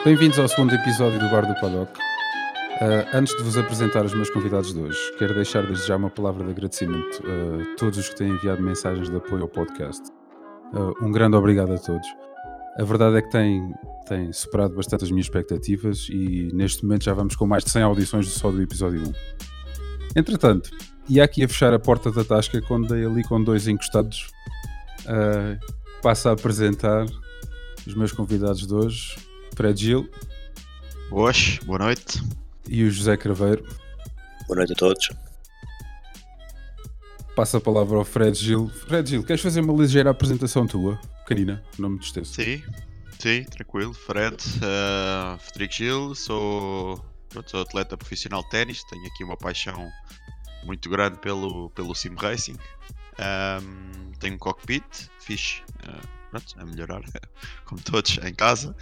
Bem-vindos ao segundo episódio do Bar do Paddock. Antes de vos apresentar os meus convidados de hoje, quero deixar desde já uma palavra de agradecimento a todos os que têm enviado mensagens de apoio ao podcast. Um grande obrigado a todos. A verdade é que tem superado bastante as minhas expectativas e neste momento já vamos com mais de 100 audições só do episódio 1. Entretanto, ia aqui a fechar a porta da tasca quando dei ali com dois encostados. Passo a apresentar os meus convidados de hoje, Fred Gil. Boas, boa noite. E o José Craveiro. Boa noite a todos. Passo a palavra ao Fred Gil. Fred Gil, queres fazer uma ligeira apresentação tua? Pequenina, não me extenso. Sim, tranquilo. Frederico Gil, sou atleta profissional de ténis, tenho aqui uma paixão muito grande pelo sim racing. Tenho um cockpit, fixe, a melhorar, como todos, em casa.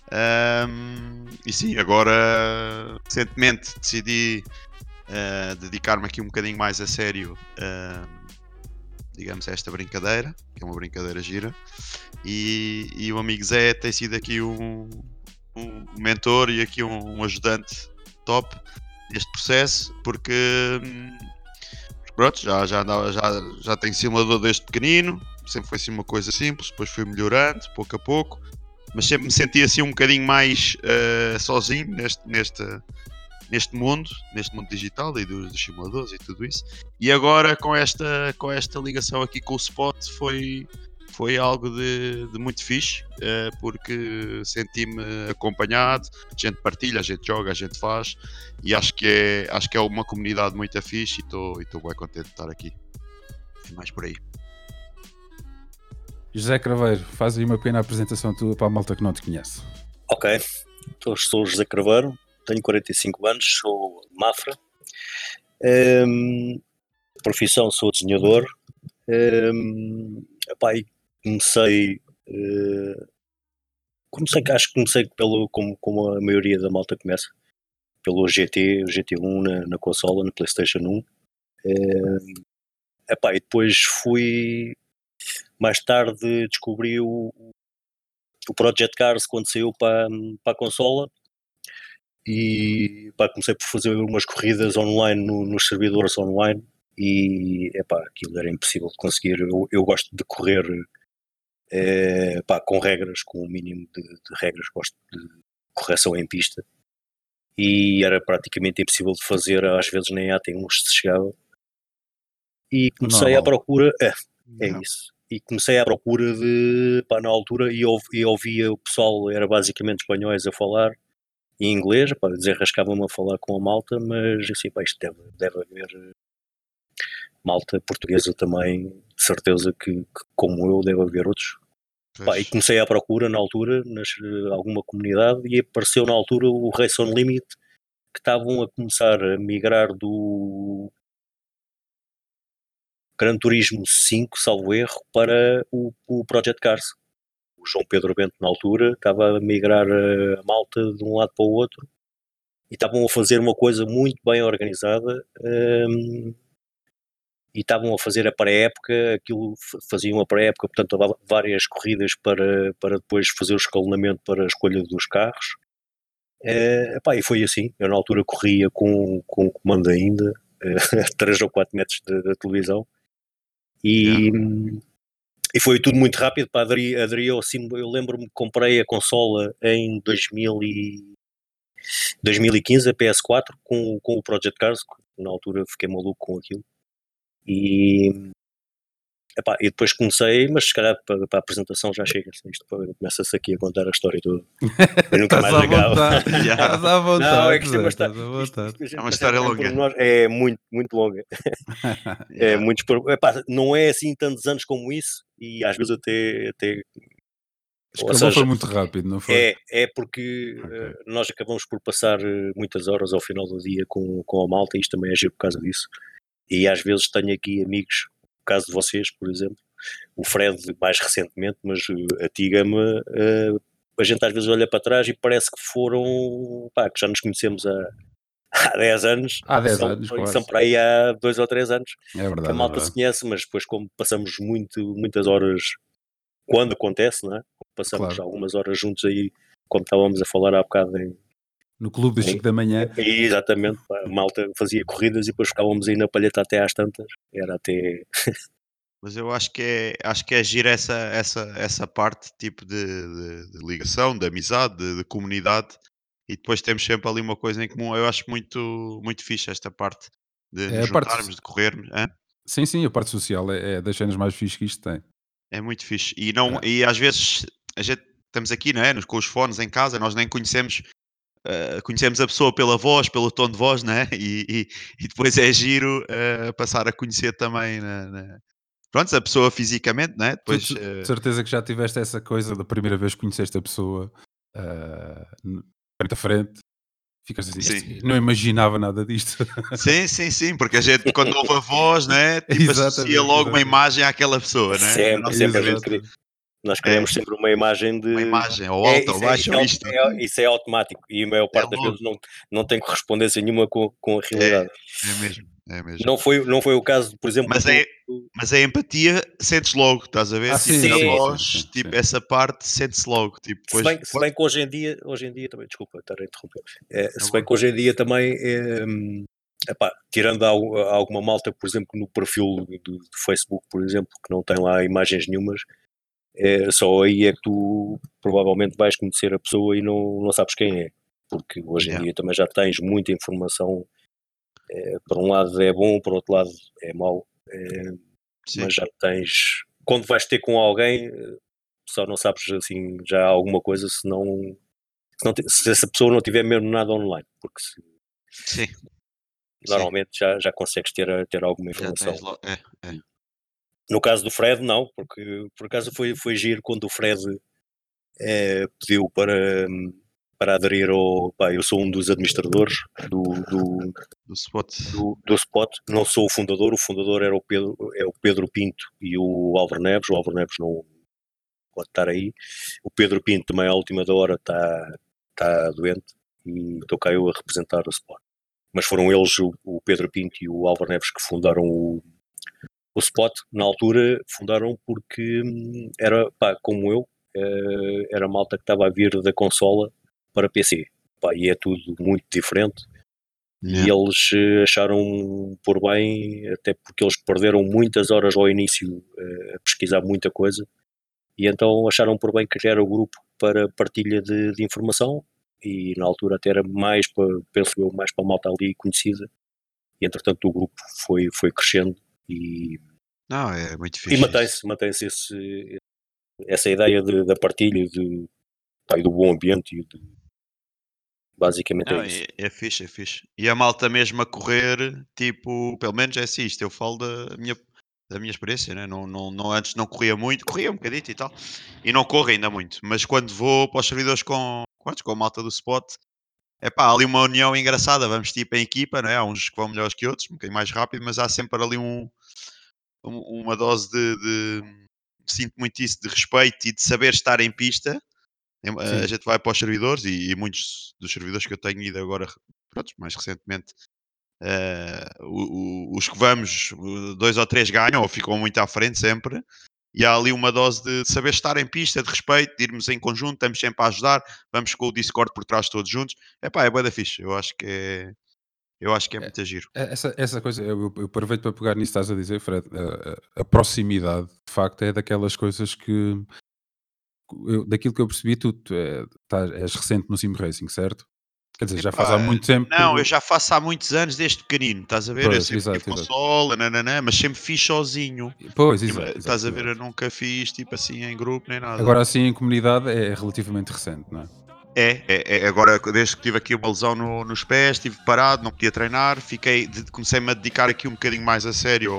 E sim, agora recentemente decidi dedicar-me aqui um bocadinho mais a sério, digamos, a esta brincadeira, que é uma brincadeira gira, e o amigo Zé tem sido aqui um mentor e aqui um ajudante top neste processo, porque pronto, já tenho simulador desde pequenino, sempre foi assim uma coisa simples, depois fui melhorando pouco a pouco, mas sempre me senti assim um bocadinho mais sozinho neste mundo digital e dos simuladores e tudo isso. E agora com esta ligação aqui com o Spot foi algo de muito fixe, porque senti-me acompanhado, a gente partilha, a gente joga, a gente faz, e acho que é uma comunidade muito fixe e estou bem contente de estar aqui. É mais por aí. José Craveiro, faz aí uma pequena apresentação tua para a malta que não te conhece. Ok, então, sou o José Craveiro, tenho 45 anos, sou de Mafra. Profissão, sou desenhador. E acho que comecei como a maioria da malta começa, pelo GT1 na consola, na PlayStation 1. E depois mais tarde descobri o Project Cars quando saiu para a consola, e comecei por fazer umas corridas online nos servidores online, e aquilo era impossível de conseguir. Eu gosto de correr com regras, com o mínimo de regras, gosto de correção em pista, e era praticamente impossível de fazer, às vezes nem AT1 se chegava, e comecei à procura, isso, e comecei à procura na altura, e ouvia o pessoal, era basicamente espanhóis a falar, em inglês, desenrascava-me a falar com a malta, mas assim, isto deve haver malta portuguesa também, de certeza que como eu, deve haver outros. E comecei à procura na altura, alguma comunidade, e apareceu na altura o Race On Limit, que estavam a começar a migrar do Gran Turismo 5, salvo erro, para o Project Cars. O João Pedro Bento, na altura, estava a migrar a malta de um lado para o outro, e estavam a fazer uma coisa muito bem organizada, e estavam a fazer a pré-época, faziam a pré-época, portanto, várias corridas para depois fazer o escalonamento para a escolha dos carros. E foi assim. Eu na altura corria com comando ainda, a 3 ou 4 metros da televisão, e foi tudo muito rápido. Aderi ao sim. Eu lembro-me que comprei a consola em 2015, a PS4, com o Project Cars. Na altura fiquei maluco com aquilo, e depois comecei, mas se calhar para a apresentação já chega, assim, isto começa-se aqui a contar a história toda. Eu nunca mais acabo. Estás à vontade. Não, é que é uma história longa. É muito, muito longa. Não é assim tantos anos como isso, e às vezes até foi muito rápido, não foi? É porque nós acabamos por passar muitas horas ao final do dia com a malta, e isto também é giro por causa disso. E às vezes tenho aqui amigos, no caso de vocês, por exemplo, o Fred mais recentemente, mas a ti, Gama, a gente às vezes olha para trás e parece que que já nos conhecemos há 10 anos. Há 10 anos, são para aí há 2 ou 3 anos, é verdade, que a malta se conhece, mas depois, como passamos muitas horas, quando acontece, não é? Passamos algumas horas juntos aí como estávamos a falar há bocado no clube das 5 da manhã. Exatamente, a malta fazia corridas e depois ficávamos aí na palheta até às tantas, era até... Mas eu acho que é gira essa parte tipo de ligação, de amizade, de comunidade, e depois temos sempre ali uma coisa em comum. Eu acho muito, muito fixe esta parte de É nos a parte, juntarmos, de corrermos. Hã? sim, a parte social é das cenas mais fixes que isto tem. É muito fixe. E, não, Ah, e às vezes a gente estamos aqui, não é? Com os fones em casa, nós nem conhecemos. Conhecemos a pessoa pela voz, pelo tom de voz, né? E depois é giro passar a conhecer também pronto, a pessoa fisicamente, né? tu Depois, de certeza que já tiveste essa coisa da primeira vez que conheceste a pessoa frente a frente, ficas assim, sim. não imaginava nada disto. Sim, porque a gente quando ouve a voz, né? Tipo, associa logo uma imagem àquela pessoa, né? Na nossa Sempre a cabeça. gente nós É, criamos sempre uma imagem uma de... imagem, ou alta, ou baixa, ou isto. Isso é automático e a maior É parte das logo. vezes não tem correspondência nenhuma com a realidade. É mesmo, é mesmo. Não foi o caso, por exemplo, Mas a empatia sentes logo, estás a ver? Tipo, sim, na sim, voz, sim, tipo, sim. essa parte sente-se logo. Tipo, depois, se bem que hoje em dia também, desculpa estar a interromper, se bem bom. que hoje em dia também, epá, tirando alguma malta, por exemplo, no perfil do Facebook, por exemplo, que não tem lá imagens nenhumas, só aí é que tu provavelmente vais conhecer a pessoa e não sabes quem é, porque hoje em dia também já tens muita informação, por um lado é bom, por outro lado é mau, Sim. mas já tens, quando vais ter com alguém, só não sabes assim já alguma coisa se essa pessoa não tiver mesmo nada online, porque Sim. normalmente já consegues ter alguma Já informação. tens logo. É. No caso do Fred, não, porque por acaso foi giro quando o Fred pediu para aderir ao... Pá, eu sou um dos administradores Do spot. do Spot, não sou o fundador era o Pedro Pinto e o Álvaro Neves não pode estar aí, o Pedro Pinto também à última da hora está doente e estou cá eu a representar o Spot. Mas foram eles, o Pedro Pinto e o Álvaro Neves, que fundaram o Spot. Na altura fundaram porque era, pá, como eu, era malta que estava a vir da consola para PC. Pá, e é tudo muito diferente. Yeah. E eles acharam por bem, até porque eles perderam muitas horas ao início a pesquisar muita coisa, e então acharam por bem criar o grupo para partilha de informação, e na altura até era mais para, penso eu, mais para a malta ali conhecida, e entretanto o grupo foi crescendo e... Não, é muito fixe. E mantém-se essa ideia da partilha e do bom ambiente e basicamente Não, é isso. é fixe. E a malta mesmo a correr, tipo, pelo menos é assim, isto eu falo da minha experiência, né? Antes não corria muito, corria um bocadito e tal, e não corro ainda muito, mas quando vou para os servidores com a malta do Spot, é pá, há ali uma união engraçada, vamos tipo em equipa, né? Há uns que vão melhores que outros, um bocadinho mais rápido, mas há sempre ali uma dose sinto muito isso, de respeito e de saber estar em pista. A gente vai para os servidores e muitos dos servidores que eu tenho ido agora, pronto, mais recentemente, os que vamos, 2 ou 3 ganham ou ficam muito à frente sempre. E há ali uma dose de saber estar em pista, de respeito, de irmos em conjunto, estamos sempre a ajudar, vamos com o Discord por trás todos juntos. Epá, é bué da fixe, eu acho que é É, muito giro. essa coisa, eu aproveito para pegar nisso que estás a dizer, Fred. A proximidade, de facto, é daquelas coisas que, daquilo que eu percebi, és recente no Sim Racing, certo? Quer dizer, já faz há Epá, muito tempo. não, eu já faço há muitos anos desde pequenino, estás a ver? Eu Pois, sempre tive exato. consola, nananã, mas sempre fiz sozinho. Pois, Estás a ver? Eu exato. nunca fiz tipo assim em grupo nem nada. Agora, assim, em comunidade é relativamente recente, não é? Agora, desde que tive aqui uma lesão nos pés, estive parado, não podia treinar, comecei-me a dedicar aqui um bocadinho mais a sério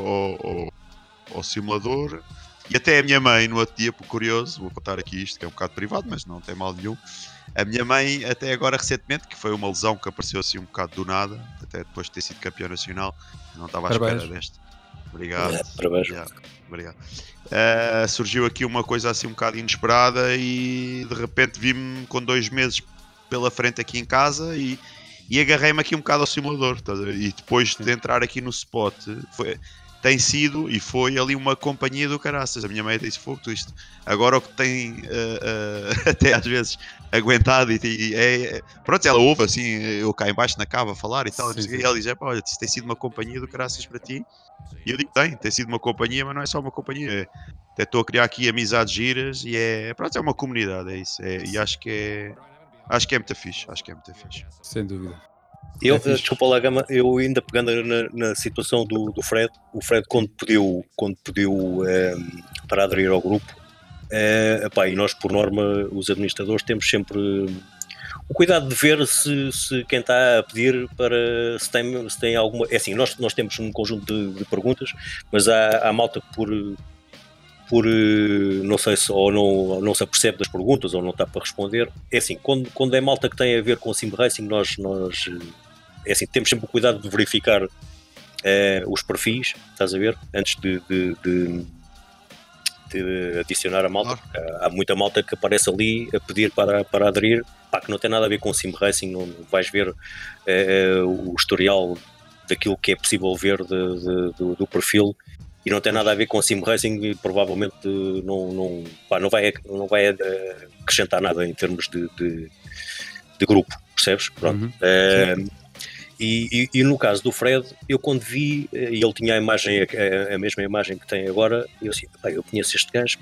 ao simulador. E até a minha mãe, no outro dia, por curioso, vou contar aqui isto, que é um bocado privado, mas não tem mal nenhum. A minha mãe, até agora recentemente, que foi uma lesão que apareceu assim um bocado do nada, até depois de ter sido campeão nacional, não estava à espera deste. Obrigado. Obrigado. Surgiu aqui uma coisa assim um bocado inesperada e de repente vi-me com 2 meses pela frente aqui em casa e agarrei-me aqui um bocado ao simulador, estás a ver? E depois de entrar aqui no Spot, tem sido e foi ali uma companhia do caraças. A minha mãe disse, fogo, isto. Agora o que tem até às vezes aguentado pronto, ela ouve assim, eu cá em baixo na cava a falar e tal, Sim, sim. e ela diz, olha, isto tem sido uma companhia do caraças para ti. E eu digo, tem sido uma companhia, mas não é só uma companhia. Até estou a criar aqui amizades giras e pronto, é uma comunidade, é isso. E acho que é muito fixe, Sem dúvida. Eu, É fixe. desculpa lá, Gama, eu ainda pegando na situação do Fred, o Fred quando pediu para aderir ao grupo, e nós por norma, os administradores, temos sempre o cuidado de ver se quem está a pedir se tem alguma. É assim, nós temos um conjunto de perguntas, mas há malta que por não sei se ou não se apercebe das perguntas ou não está para responder. É assim, quando é malta que tem a ver com sim racing, nós é assim, temos sempre o cuidado de verificar os perfis, estás a ver, antes de adicionar a malta. Há muita malta que aparece ali a pedir para aderir, que não tem nada a ver com sim racing, não vais ver o historial daquilo que é possível ver do perfil, e não tem nada a ver com sim racing, e provavelmente não vai acrescentar nada em termos de grupo, percebes? Pronto. E no caso do Fred, eu quando vi, e ele tinha a mesma imagem que tem agora, eu assim, eu conheço este gajo.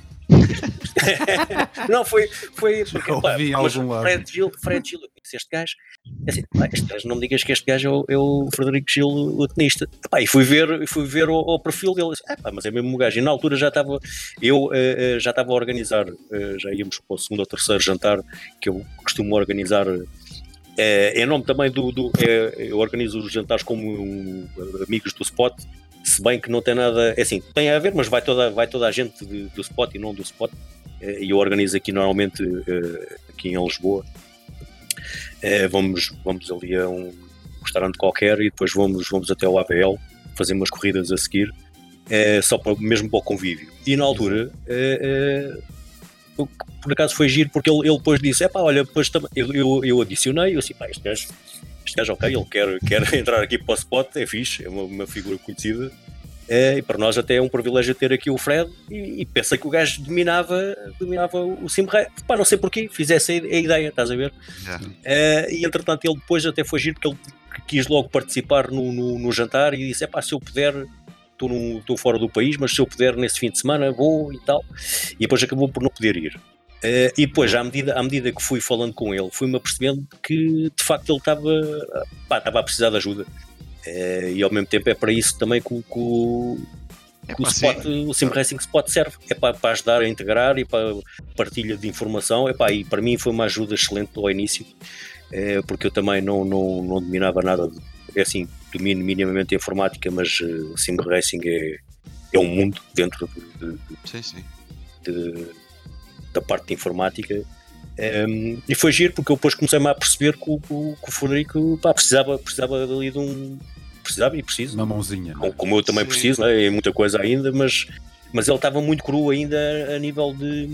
Não, foi porque, mas Fred Gil, eu conheço este gajo. Assim, este gajo, não me digas que este gajo é o Frederico Gil, o tenista. E fui ver o perfil dele, mas é mesmo o gajo. E na altura já estava a organizar, já íamos para o segundo ou terceiro jantar que eu costumo organizar. Em nome também eu organizo os jantares como amigos do Spot, se bem que não tem nada, é assim, tem a ver, mas vai toda a gente do Spot e não do Spot, e eu organizo aqui normalmente aqui em Lisboa. Vamos ali a um restaurante qualquer e depois vamos até ao ABL fazer umas corridas a seguir, só mesmo para o convívio. E na altura por acaso foi giro, porque ele depois disse, olha, depois eu adicionei, eu assim, este gajo ok, ele quer entrar aqui para o Spot, é fixe, é uma figura conhecida, e para nós até é um privilégio ter aqui o Fred, e pensa que o gajo dominava o Simré, não sei porquê, fizesse a ideia, estás a ver? E entretanto ele depois até foi giro, porque ele quis logo participar no jantar e disse, se eu puder, estou fora do país, mas se eu puder nesse fim de semana vou e tal, e depois acabou por não poder ir. E depois, à medida que fui falando com ele, fui-me apercebendo que de facto ele estava a precisar de ajuda, e ao mesmo tempo é para isso também que o Spot, o Sim Racing Spot serve, para ajudar a integrar e para partilha de informação, e para mim foi uma ajuda excelente ao início, porque eu também não dominava nada, assim, domino minimamente a informática, mas o Sim Racing é um mundo dentro da parte de informática, e foi giro porque eu depois comecei-me a perceber que o Frederico precisava ali de preciso uma mãozinha, como eu também preciso, é muita coisa ainda, mas ele estava muito cru ainda a nível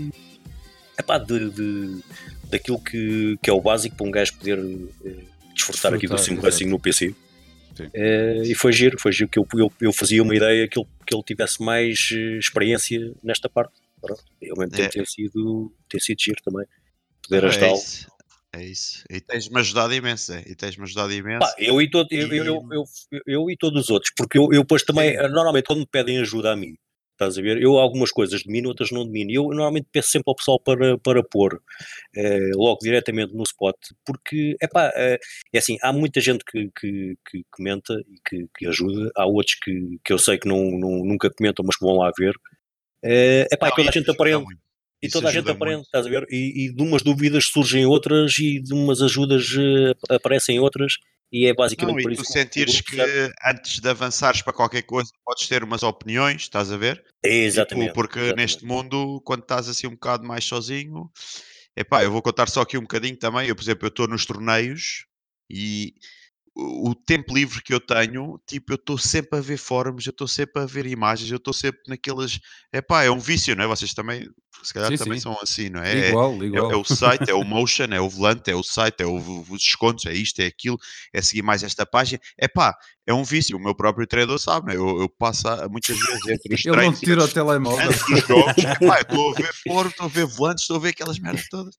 daquilo que é o básico para um gajo poder desfrutar aqui do Sim Racing no PC. E foi giro que eu fazia uma ideia que ele tivesse mais experiência nesta parte. E ao mesmo tempo tem sido giro também poder ajudá-lo. É isso. E tens-me ajudado imenso, eu e todos os outros, porque eu depois também, normalmente quando me pedem ajuda a mim, estás a ver, eu algumas coisas domino, outras não domino, eu normalmente peço sempre ao pessoal para pôr logo diretamente no Spot, porque é assim, há muita gente que comenta e que ajuda, há outros que eu sei que nunca comentam, mas que vão lá ver. Toda a gente aprende. E toda a gente aprende, estás a ver? E de umas dúvidas surgem outras, e de umas ajudas aparecem outras, e é basicamente por isso que tu sentires que antes de avançares para qualquer coisa podes ter umas opiniões, estás a ver? Exatamente. Porque neste mundo, quando estás assim um bocado mais sozinho, eu vou contar só aqui um bocadinho também. Eu, por exemplo, eu estou nos torneios e o tempo livre que eu tenho, tipo, eu estou sempre a ver fóruns, eu estou sempre a ver imagens, eu estou sempre naquelas... é um vício, não é? Vocês também, se calhar, também são assim, não é? Igual. É o site, é o motion, é o volante, é o site, é os descontos, é isto, é aquilo, é seguir mais esta página. é um vício. O meu próprio treinador sabe, né? Eu passo muitas vezes entre os Ele não treinos te tira o telemóvel. antes dos jogos. Epá, eu estou a ver fora, estou a ver volantes, estou a ver aquelas merdas todas.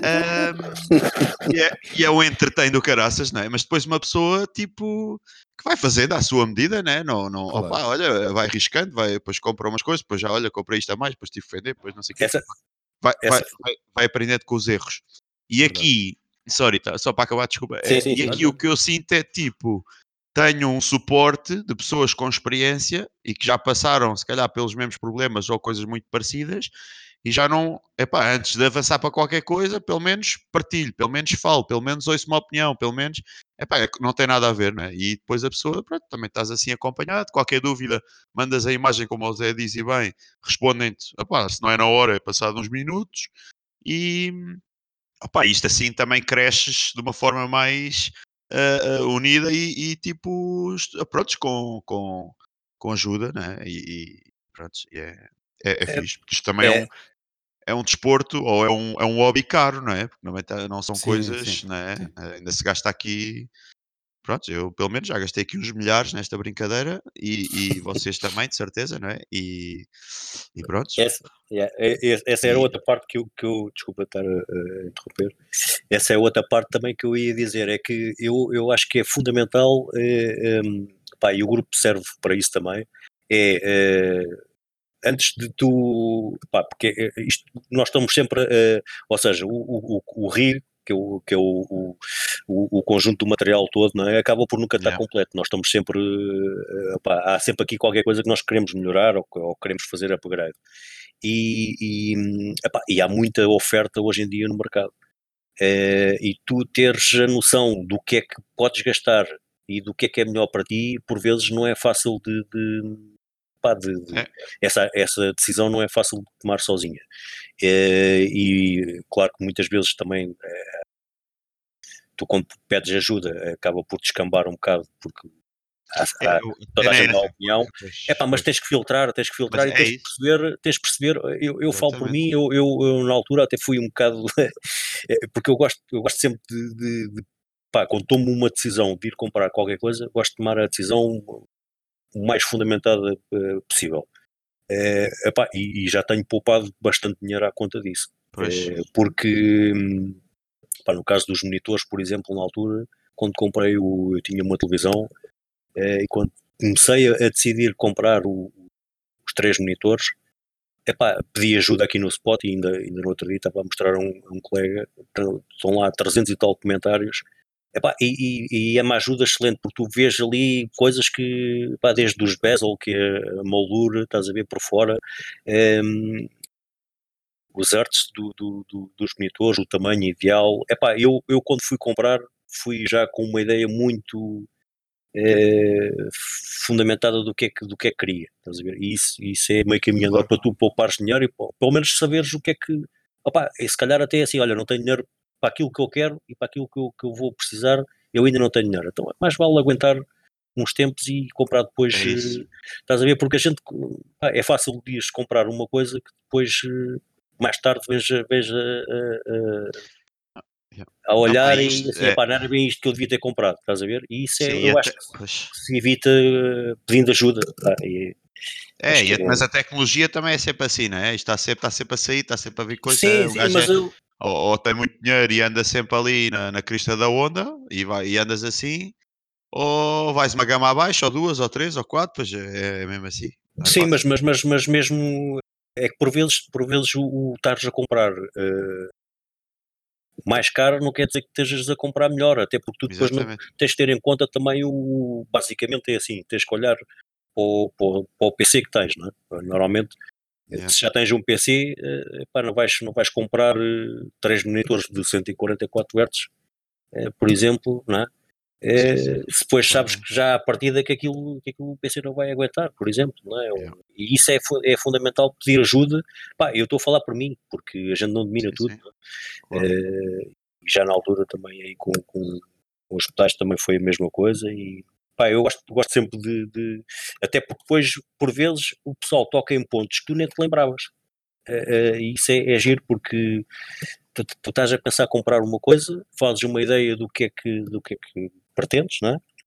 E é o entretém do caraças, não é? Mas depois uma pessoa, tipo, que vai fazendo à sua medida, né? Não, Claro. opa, olha, vai arriscando, depois compra umas coisas, depois já, olha, comprei isto a mais, depois tive que vender, depois não sei o quê. Essa, Vai, vai, essa, vai aprendendo com os erros. E Verdade. aqui, sorry, só para acabar, desculpa. sim, sim, E sim. aqui o que eu sinto é tipo, tenho um suporte de pessoas com experiência e que já passaram, se calhar, pelos mesmos problemas ou coisas muito parecidas e já não, epá, antes de avançar para qualquer coisa, pelo menos partilho, pelo menos falo, pelo menos ouço uma opinião, pelo menos, epá, não tem nada a ver, né? E depois a pessoa, pronto, também estás assim acompanhado, qualquer dúvida, mandas a imagem, como o Zé diz e bem, respondem-te, epá, se não é na hora, é passado uns minutos e, opá, isto assim também cresces de uma forma mais unida e tipo, pronto, com ajuda, né? E pronto, é É, fixe, porque isto também é, é um desporto ou é um hobby caro, não é? Porque não são Sim, sim, coisas, não é? sim. Ainda se gasta aqui. Pronto, eu pelo menos já gastei aqui uns milhares nesta brincadeira e vocês também, de certeza, não é? E pronto. essa era E, outra parte que eu desculpa estar a interromper. Essa é outra parte também que eu ia dizer, é que eu acho que é fundamental, pá, e o grupo serve para isso também, é antes de tu, pá, porque isto, nós estamos sempre, ou seja, o rir, que é o conjunto do material todo, não é? Acaba por nunca estar yeah, completo. Nós estamos sempre, pá, há sempre aqui qualquer coisa que nós queremos melhorar ou queremos fazer upgrade. E há muita oferta hoje em dia no mercado. E tu teres a noção do que é que podes gastar e do que é melhor para ti, por vezes não é fácil pá, é, essa decisão não é fácil de tomar sozinha. E claro que muitas vezes também tu quando pedes ajuda acaba por descambar um bocado porque a toda a cena é gente dá essa. opinião. Mas Pois, tens que mas filtrar e é isso, tens que perceber, eu falo por exatamente. mim, eu na altura até fui um bocado, porque eu gosto sempre pá, quando tomo uma decisão de ir comprar qualquer coisa, gosto de tomar a decisão o mais fundamentada possível. Epá, e já tenho poupado bastante dinheiro à conta disso. Pois, Porque, pá, no caso dos monitores, por exemplo, na altura, quando comprei eu tinha uma televisão, e quando comecei a decidir comprar os 3 monitores, epá, pedi ajuda aqui no Spot e ainda no outro dia estava a mostrar a um colega, estão lá 300 e tal comentários. Epá, e é uma ajuda excelente porque tu vês ali coisas que, pá, desde os bezel, que é a moldura, estás a ver por fora, os artes dos monitores, o tamanho ideal. Epá, eu quando fui comprar fui já com uma ideia muito eh, fundamentada do que é que queria, estás a ver? E isso é meio caminho andado claro. para tu poupares dinheiro e pelo menos saberes o que é que, opá, e se calhar até assim, olha, não tenho dinheiro para aquilo que eu quero e para aquilo que eu vou precisar, eu ainda não tenho dinheiro, então mais vale aguentar uns tempos e comprar depois, É isso. estás a ver, porque a gente, pá, é fácil de comprar uma coisa que depois mais tarde veja Ah, yeah. a Opa, olhar e isto assim, epá, não era bem isto que eu devia ter comprado, estás a ver? E isso sim, eu acho que pois. se evita pedindo ajuda, pá, e acho que Mas a tecnologia também é sempre assim, não é? Isto está sempre a sair, está sempre a vir coisa. sim, O sim, gajo mas eu ou tem muito dinheiro e anda sempre ali na crista da onda e andas assim, ou vais uma gama abaixo, ou duas, ou três, ou quatro, pois é mesmo assim. Não é sim, fácil. mas mesmo é que por vezes o estares a comprar mais caro não quer dizer que estejas a comprar melhor, até porque tu depois não Exatamente. tens de ter em conta também basicamente é assim, tens que olhar para o PC que tens, não é? Normalmente, Yeah. se já tens um PC, pá, não vais comprar 3 monitores de 144 Hz, por exemplo, não é? Sim, sim. Se depois Claro. sabes que já à partida que aquilo o PC não vai aguentar, por exemplo, não é? Yeah. E isso é fundamental pedir ajuda. Pá, eu estou a falar por mim, porque a gente não domina Sim, tudo, sim. não é? Claro. E já na altura também aí com os metais também foi a mesma coisa e pá, eu gosto sempre até porque depois, por vezes, o pessoal toca em pontos que tu nem te lembravas. E isso é giro porque tu estás a pensar comprar uma coisa, fazes uma ideia do que é que pretendes, não é?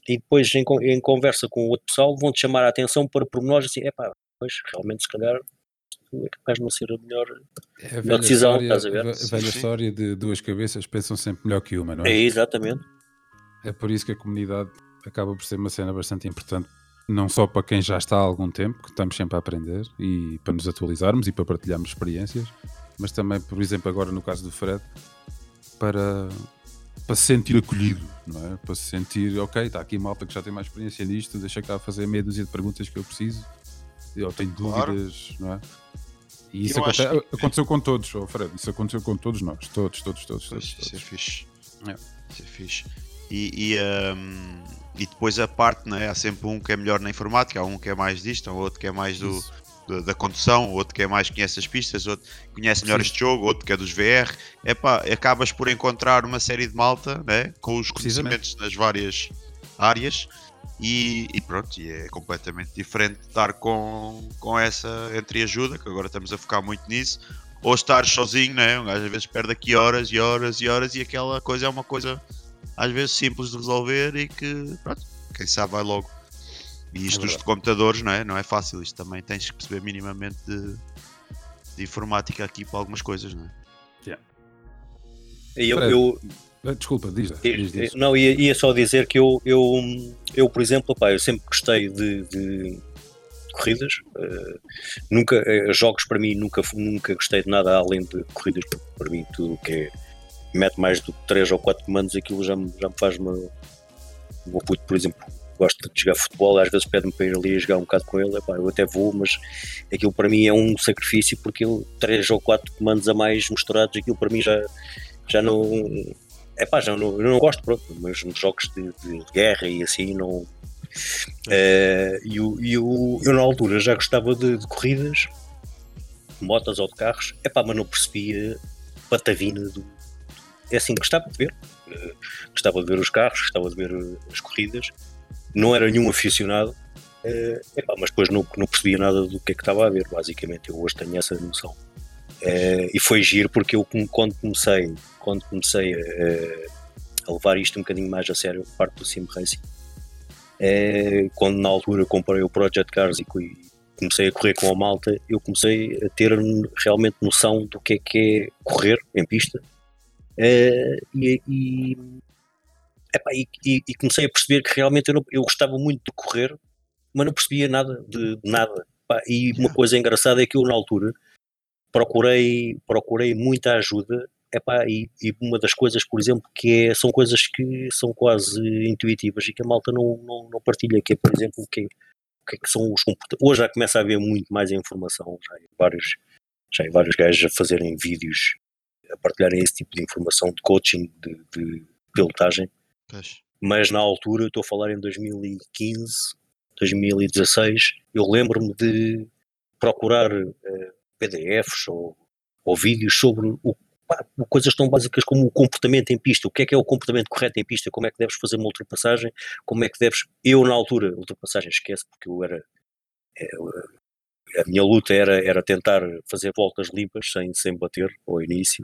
e depois em conversa com o outro pessoal vão-te chamar a atenção para pormenores assim, pois realmente se calhar é capaz de não ser a melhor É a decisão, estás a ver? velha Sim. história de duas cabeças pensam sempre melhor que uma, não é? Exatamente. É por isso que a comunidade acaba por ser uma cena bastante importante, não só para quem já está há algum tempo, que estamos sempre a aprender e para nos atualizarmos e para partilharmos experiências, mas também, por exemplo, agora no caso do Fred, para se sentir acolhido, não é? Para se sentir, ok, está aqui malta que já tem mais experiência nisto, deixa cá fazer meia dúzia de perguntas que eu preciso, eu tenho Claro. dúvidas, não é? E isso Eu acho aconteceu com todos, oh Fred, isso aconteceu com todos nós, todos. Isso é fixe. É. Isso é fixe. E depois a parte, né? Há sempre um que é melhor na informática, há um que é mais disto, há outro que é mais Isso. da condução, outro que é mais conhece as pistas, outro conhece melhor Sim. este jogo, outro que é dos VR. Acabas por encontrar uma série de malta, né? Com os conhecimentos nas várias áreas. E pronto, e é completamente diferente estar com essa entreajuda, que agora estamos a focar muito nisso, ou estar sozinho, né? Um gajo às vezes perde aqui horas e horas e horas, e aquela coisa é uma coisa às vezes simples de resolver e que, pronto, quem sabe vai logo. E isto dos computadores, não é fácil, isto também tens que perceber minimamente de informática aqui para algumas coisas, não é? Desculpa, diz. Não, ia só dizer que eu por exemplo, eu sempre gostei de corridas, nunca, jogos para mim nunca gostei de nada além de corridas, porque para mim tudo que mete mais do que 3 ou 4 comandos, aquilo já me faz o meu puto, por exemplo, gosta de jogar futebol, às vezes pede-me para ir ali a jogar um bocado com ele, eu até vou, mas aquilo para mim é um sacrifício, porque 3 ou 4 comandos a mais misturados, aquilo para mim já não... eu não gosto, pronto, mas nos jogos de guerra e assim não... eu na altura já gostava de corridas, de motas ou de carros, mas não percebia patavina é assim, gostava de ver os carros, gostava de ver as corridas, não era nenhum aficionado, mas depois não percebia nada do que é que estava a ver, basicamente. Eu hoje tenho essa noção. E foi giro porque eu quando comecei a levar isto um bocadinho mais a sério, parte do Sim Racing, quando na altura comprei o Project Cars e comecei a correr com a malta, eu comecei a ter realmente noção do que é correr em pista, e comecei a perceber que realmente eu gostava muito de correr, mas não percebia nada de nada. E uma coisa engraçada é que eu na altura procurei muita ajuda, e uma das coisas, por exemplo, são coisas que são quase intuitivas e que a malta não partilha, que é, por exemplo, o que é que são os comportamentos. Hoje já começa a haver muito mais informação, já há vários gajos a fazerem vídeos, a partilharem esse tipo de informação de coaching, de pilotagem. Mas na altura, eu estou a falar em 2015, 2016, eu lembro-me de procurar PDFs ou vídeos sobre coisas tão básicas como o comportamento em pista, o que é o comportamento correto em pista, como é que deves fazer uma ultrapassagem, como é que deves... Eu na altura, ultrapassagem esquece, porque a minha luta era tentar fazer voltas limpas sem bater ao início,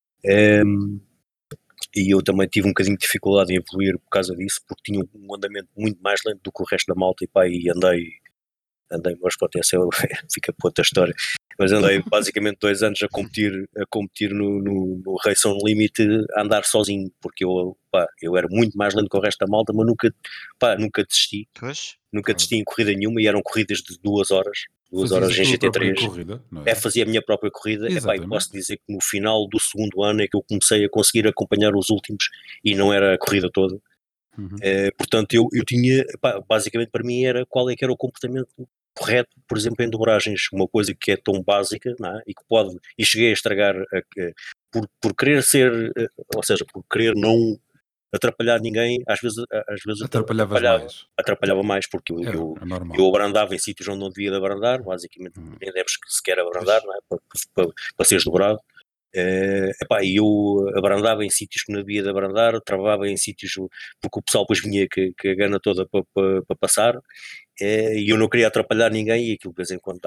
e eu também tive um bocadinho de dificuldade em evoluir por causa disso, porque tinha um andamento muito mais lento do que o resto da malta, e andei, mas pronto, essa fica para outra história, mas andei basicamente 2 anos a competir no Race on Limit, a andar sozinho, porque eu era muito mais lento que o resto da malta, mas nunca desisti, desisti em corrida nenhuma, e eram corridas de 2 horas em GT3, fazia a minha própria corrida, e posso dizer que no final do segundo ano é que eu comecei a conseguir acompanhar os últimos, e não era a corrida toda. Portanto eu tinha, basicamente para mim era qual é que era o comportamento correto, por exemplo, em dobragens, uma coisa que é tão básica, não é? E cheguei a estragar por querer ser, ou seja, por querer não atrapalhar ninguém, às vezes atrapalhava mais, porque eu abrandava em sítios onde não devia de abrandar, basicamente nem deves sequer abrandar, não é? Para seres dobrado. E eu abrandava em sítios que não devia de abrandar, travava em sítios porque o pessoal depois vinha com a gana toda para passar, e eu não queria atrapalhar ninguém, e aquilo de vez em quando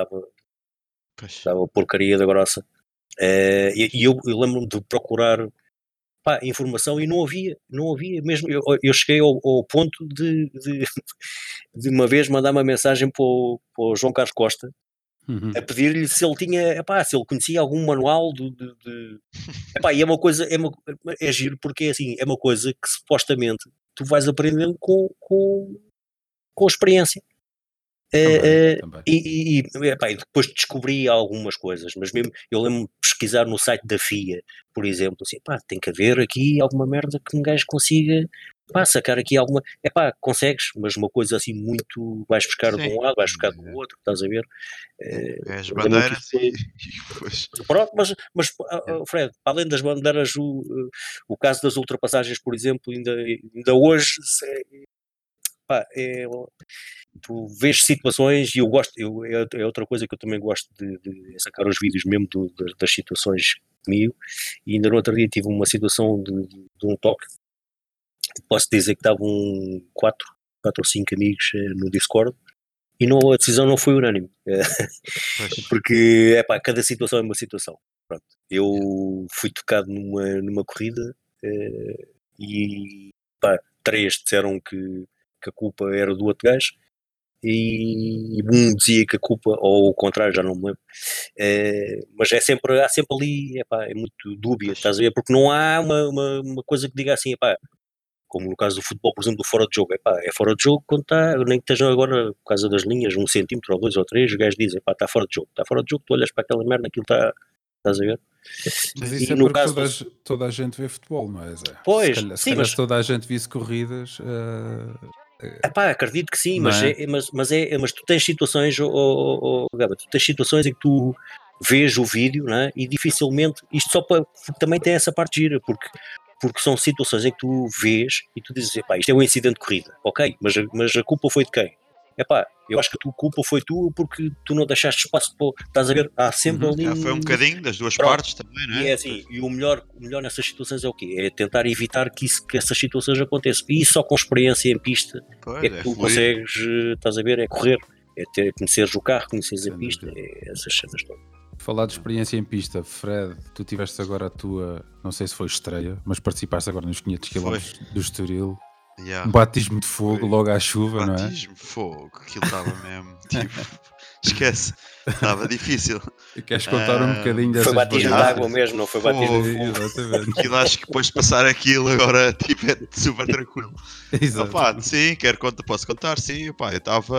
dava porcaria da grossa. E eu lembro-me de procurar pá, informação e não havia mesmo. Eu cheguei ao ponto de uma vez mandar uma mensagem para o João Carlos Costa a pedir-lhe se ele tinha, epá, se ele conhecia algum manual epá, e é uma coisa, é giro porque assim, é uma coisa que supostamente tu vais aprendendo com experiência. Também. Epá, e depois descobri algumas coisas, mas mesmo eu lembro-me de pesquisar no site da FIA, por exemplo, assim, pá, tem que haver aqui alguma merda que um gajo consiga, pá, sacar aqui alguma, epá, consegues, mas uma coisa assim muito, vais buscar de um Sim. lado, vais buscar do outro, estás a ver? É as Eu lembro-me que bandeiras isso foi- e depois. Pronto, Fred, para além das bandeiras, o caso das ultrapassagens, por exemplo, ainda hoje, pá, tu vês situações e eu gosto, é outra coisa que eu também gosto de sacar os vídeos mesmo das situações comigo, e ainda no outro dia tive uma situação de um toque, posso dizer que estavam quatro ou cinco amigos no Discord, e não, a decisão não foi unânime, Pois. porque cada situação é uma situação. Pronto. Eu fui tocado numa corrida e pá, 3 disseram que a culpa era do outro gajo, e um dizia que a culpa, ou o contrário, já não me lembro, mas há sempre ali, é muito dúbia, Pois. estás a ver, porque não há uma coisa que diga assim, como no caso do futebol, por exemplo, do fora de jogo, é fora de jogo quando está, nem que estejam agora por causa das linhas, 1 centímetro ou 2 ou 3, os gajos dizem, está fora de jogo, tu olhas para aquela merda, aquilo está, estás a ver? Mas E isso é no porque caso toda a gente vê futebol, não é, Zé? Se pois, calhar, sim, se toda a gente visse corridas, acredito que sim, não é? mas tu tens situações, Gaba, tu tens situações em que tu vês o vídeo, não é? E dificilmente, isto só para, porque também tem essa parte gira, porque são situações em que tu vês e tu dizes, isto é um incidente de corrida, ok, mas a culpa foi de quem? Eu acho que a tua culpa foi tu porque tu não deixaste espaço para, estás a ver, há sempre ali Já foi um bocadinho das duas pronto. partes também, não E é? é assim, e o melhor nessas situações é o quê? É tentar evitar que essas situações aconteçam. E só com experiência em pista Pois, é que é tu fluir. consegues, estás a ver, é correr, conheceres o carro, conheceres a Sem pista, dúvida. é essas cenas todas. Falar de experiência em pista, Fred, tu tiveste agora a tua, não sei se foi estreia, mas participaste agora nos 500 Foi. km do Estoril. Yeah. Um batismo de fogo Foi. logo à chuva, não é? Batismo, fogo, aquilo estava mesmo, tipo, esquece, estava difícil. E queres contar um bocadinho Foi dessas batismo de experiências? água mesmo, não foi batismo de Sim, fogo. exatamente. Aquilo acho que depois de passar aquilo agora tipo, é super tranquilo. Exato. Opá, sim, posso contar, sim, opá, eu estava.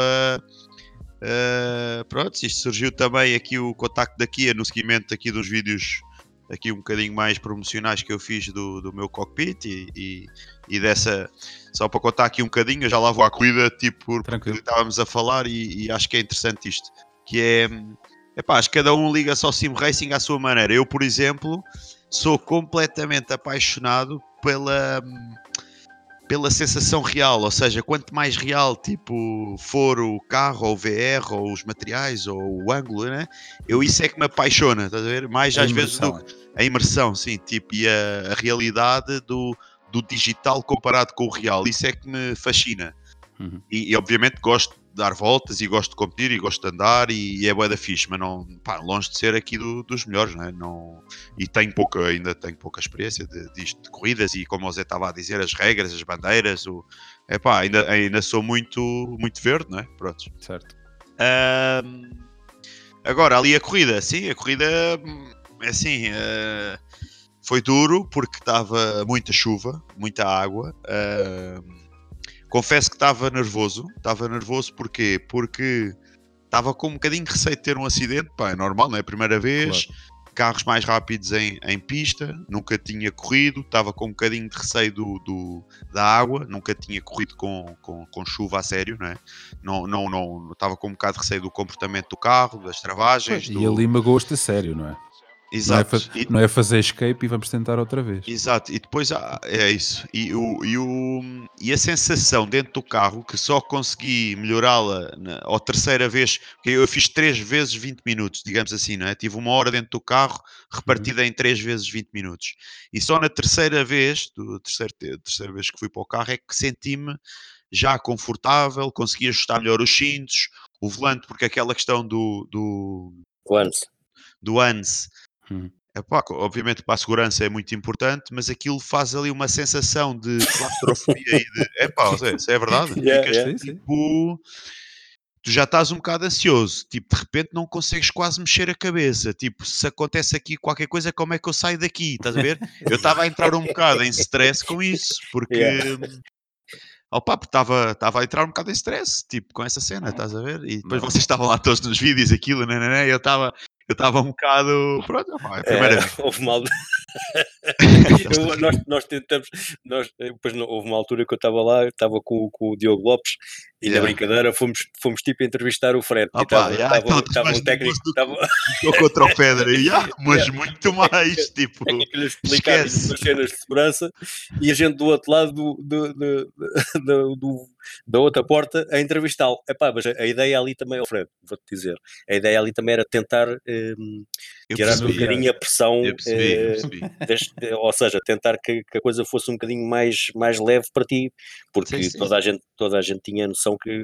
Pronto, isto surgiu também aqui o contacto da Kia no seguimento aqui dos vídeos aqui um bocadinho mais promocionais que eu fiz do meu cockpit e dessa, só para contar aqui um bocadinho, eu já lá vou à corrida, tipo, porque Tranquilo. estávamos a falar e acho que é interessante isto, que é, acho que cada um liga só Sim Racing à sua maneira. Eu, por exemplo, sou completamente apaixonado pela sensação real, ou seja, quanto mais real tipo for o carro ou o VR ou os materiais ou o ângulo, né? Isso é que me apaixona, estás a ver? Mais A às vezes do imersão. que a imersão, sim, tipo, e a realidade do digital comparado com o real, isso é que me fascina. Uhum. E obviamente gosto de dar voltas e gosto de competir e gosto de andar e é bué da fixe, mas não, pá, longe de ser aqui dos melhores, não é? Não, e ainda tenho pouca experiência disto de corridas e como o Zé estava a dizer, as regras, as bandeiras, ainda sou muito, muito verde, não é? Pronto. Certo. Agora, ali a corrida, sim, é assim, foi duro porque estava muita chuva, muita água. Confesso que estava nervoso porquê? Porque estava com um bocadinho de receio de ter um acidente, pá, é normal, não é a primeira vez, Claro. Carros mais rápidos em pista, nunca tinha corrido, estava com um bocadinho de receio da água, nunca tinha corrido com chuva a sério, não é? Não, estava com um bocado de receio do comportamento do carro, das travagens, E ali magoou-te a sério, não é? Exato. Não é fazer escape e vamos tentar outra vez. Exato, e depois é isso. E a sensação dentro do carro que só consegui melhorá-la a terceira vez, porque eu fiz 3 vezes 20 minutos, digamos assim, não é? Tive 1 hora dentro do carro repartida em 3 vezes 20 minutos. E só na terceira vez, terceira vez que fui para o carro, é que senti-me já confortável, consegui ajustar melhor os cintos, o volante, porque aquela questão do Lance. ANS. Uhum. Epá, obviamente para a segurança é muito importante, mas aquilo faz ali uma sensação de claustrofobia e de. Epá, isso é verdade. Yeah, Ficas yeah. Sim, sim. tipo. Tu já estás um bocado ansioso, tipo, de repente não consegues quase mexer a cabeça, tipo, se acontece aqui qualquer coisa, como é que eu saio daqui? Estás a ver? Eu estava a entrar um bocado em stress com isso, porque Yeah. opa, porque estava a entrar um bocado em stress, tipo, com essa cena, estás a ver? E depois Normal. vocês estavam lá todos nos vídeos, aquilo, né? Eu estava um bocado. Pronto, opá, é a primeira vez. Houve mal. Nós tentamos. Depois houve uma altura que eu estava lá, estava com o Diogo Lopes e na Yeah. brincadeira fomos tipo entrevistar o Fred. E Opa, yeah, então estás estava mais um técnico. nervoso do que contra o Federer, yeah, mas Yeah. muito mais, tipo, Técnico a lhe explicar esquece. umas cenas de segurança e a gente do outro lado da outra porta a entrevistá-lo. Epá, mas a ideia ali também, Fred, vou-te dizer, a ideia ali também era tentar Eu tirar um percebi, bocadinho a pressão, eu percebi. ou seja, tentar que a coisa fosse um bocadinho mais leve para ti, porque Sim. toda a gente tinha a noção que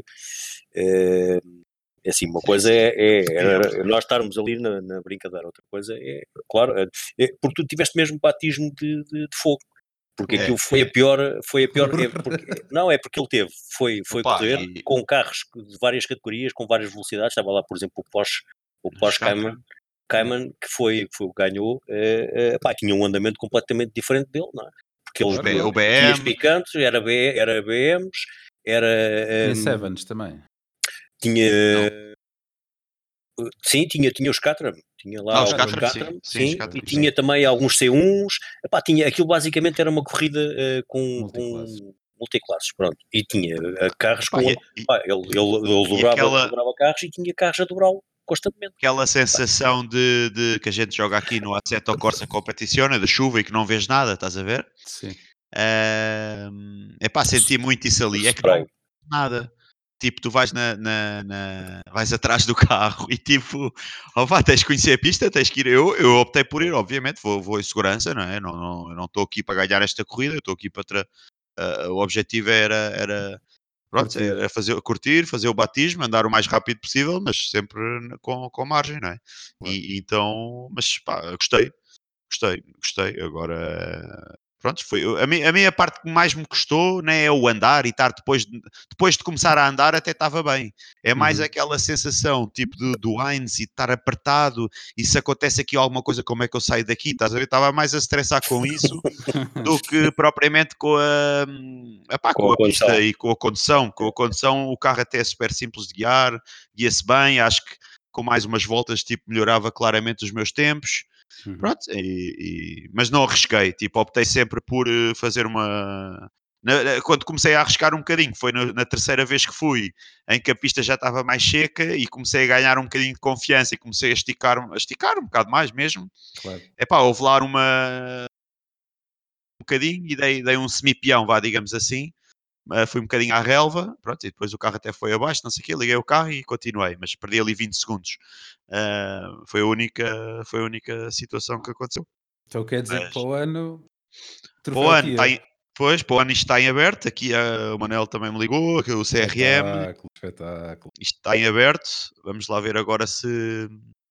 assim, uma coisa Sim. era nós estarmos ali na brincadeira, outra coisa claro, porque tu tiveste mesmo batismo de fogo, porque aquilo foi a pior, não, é porque ele foi Opa, correr com carros de várias categorias, com várias velocidades, estava lá, por exemplo, o Porsche Cayman, que foi o que ganhou, pá, tinha um andamento completamente diferente dele, não é? Porque o ele BM, tinha os picantes, era BMs, era Tinha Sevens também. tinha sim, tinha os Caterham, tinha lá os alguns Caterham, Caterham, sim, os sim, Caterham, e tinha sim. também alguns C1s, epá, aquilo basicamente era uma corrida com Multiclasses. multiclasses, pronto, e tinha carros Epá, com, pá, ele e dobrava carros e tinha carros a dobrá-lo constantemente. aquela sensação de que a gente joga aqui no Assetto Corsa Competizione, de chuva e que não vês nada, estás a ver? Sim. Epá, senti muito isso ali, é que não nada. Tipo, tu vais vais atrás do carro e tipo, tens que conhecer a pista, tens que ir. Eu optei por ir, obviamente, vou em segurança, não é? Eu não estou aqui para ganhar esta corrida, eu estou aqui para. O objetivo era pronto, Curtir. era curtir, fazer o batismo, andar o mais rápido possível, mas sempre com margem, não é? Claro. E então, mas pá, gostei. Agora, pronto, foi a minha parte que mais me custou, né, é o andar e estar depois de começar a andar até estava bem. É mais Uhum. aquela sensação tipo do Heinz e de estar apertado e se acontece aqui alguma coisa, como é que eu saio daqui? Estás a ver? Estava mais a estressar com isso do que propriamente com a pista e com a condução. Com a condução o carro até é super simples de guiar, guia-se bem, acho que com mais umas voltas tipo melhorava claramente os meus tempos. Uhum. Pronto, mas não arrisquei, tipo, optei sempre por fazer quando comecei a arriscar um bocadinho, foi na terceira vez que fui, em que a pista já estava mais seca e comecei a ganhar um bocadinho de confiança e comecei a esticar um bocado mais mesmo. Claro. Epá, houve lá um bocadinho e dei um semi-peão, vá, digamos assim. Fui um bocadinho à relva, pronto, e depois o carro até foi abaixo, não sei o quê, liguei o carro e continuei, mas perdi ali 20 segundos. Foi a única situação que aconteceu. Então quer dizer que para o ano Para o ano para o ano isto está em aberto, aqui o Manel também me ligou, aqui o CRM, Espetáculo. isto está em aberto, vamos lá ver agora se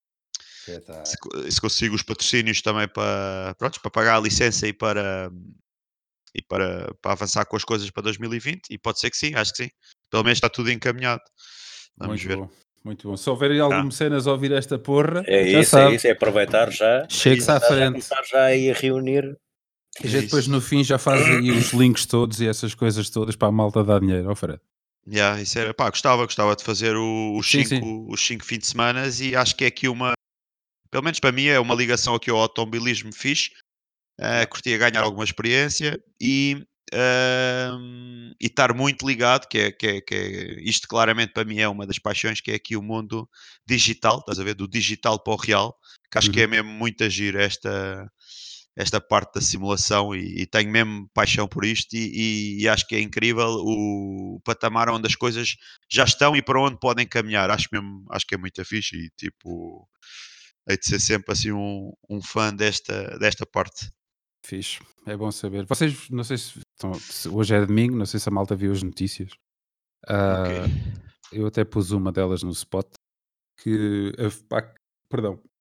consigo os patrocínios também para pagar a licença e para avançar com as coisas para 2020 e pode ser que sim, acho que sim. Pelo menos está tudo encaminhado. Vamos Muito ver. bom. Muito bom. Se houver algumas cenas a ouvir esta porra, É já isso, sabe. é aproveitar já. Chega-se à frente. Começar já aí a reunir. E já depois no fim já faz aí os links todos e essas coisas todas para a malta dar dinheiro, ó Fred. Isso era, gostava de fazer os Sim, 5 fins de semana e acho que é aqui pelo menos para mim é uma ligação aqui ao automobilismo fixe. Curtia ganhar alguma experiência e estar muito ligado, que é isto claramente para mim é uma das paixões, que é aqui o mundo digital, estás a ver, do digital para o real, que acho que é mesmo muito agir esta parte da simulação e tenho mesmo paixão por isto e acho que é incrível o patamar onde as coisas já estão e para onde podem caminhar, acho que é muito fixe e tipo, hei de ser sempre assim um fã desta parte. Fixe. É bom saber. Vocês, não sei se hoje é domingo, não sei se a malta viu as notícias. Ok. Eu até pus uma delas no spot que perdão,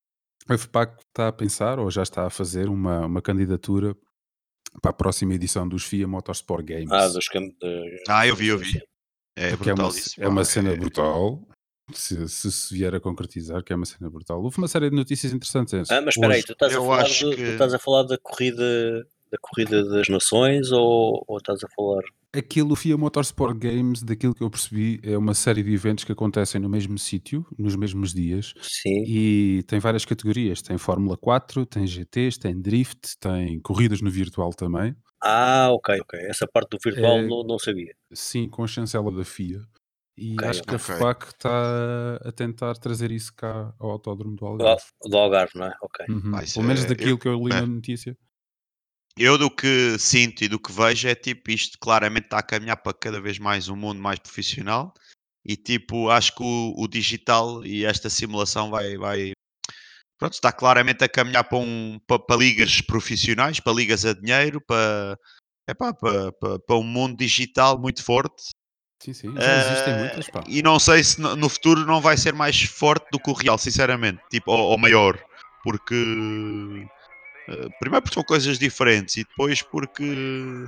A FPAC está a pensar, ou já está a fazer, uma candidatura para a próxima edição dos FIA Motorsport Games. Dos campos. Eu vi. É Porque brutal isso. é uma cena brutal. Se vier a concretizar, que é uma cena brutal. Houve uma série de notícias interessantes. Mas espera aí, tu estás a eu falar acho tu que- estás a falar da corrida das nações ou estás a falar. Aquilo, o FIA Motorsport Games, daquilo que eu percebi, é uma série de eventos que acontecem no mesmo sítio, nos mesmos dias, Sim. e tem várias categorias. Tem Fórmula 4, tem GTs, tem Drift, tem corridas no virtual também. Ok. Essa parte do virtual É, não sabia. sim, com a chancela da FIA. E Ok, acho que a ok. FPAC está a tentar trazer isso cá ao Autódromo do Algarve. Do Algarve, não é? Ok. Isso Pelo menos é- daquilo que eu li na notícia. Eu do que sinto e do que vejo é tipo isto claramente está a caminhar para cada vez mais um mundo mais profissional e tipo acho que o digital e esta simulação vai pronto, está claramente a caminhar para ligas profissionais, para ligas a dinheiro, para um mundo digital muito forte. Sim, já existem muitas, pá. E não sei se no futuro não vai ser mais forte do que o real, sinceramente, tipo, ou maior, porque primeiro porque são coisas diferentes e depois porque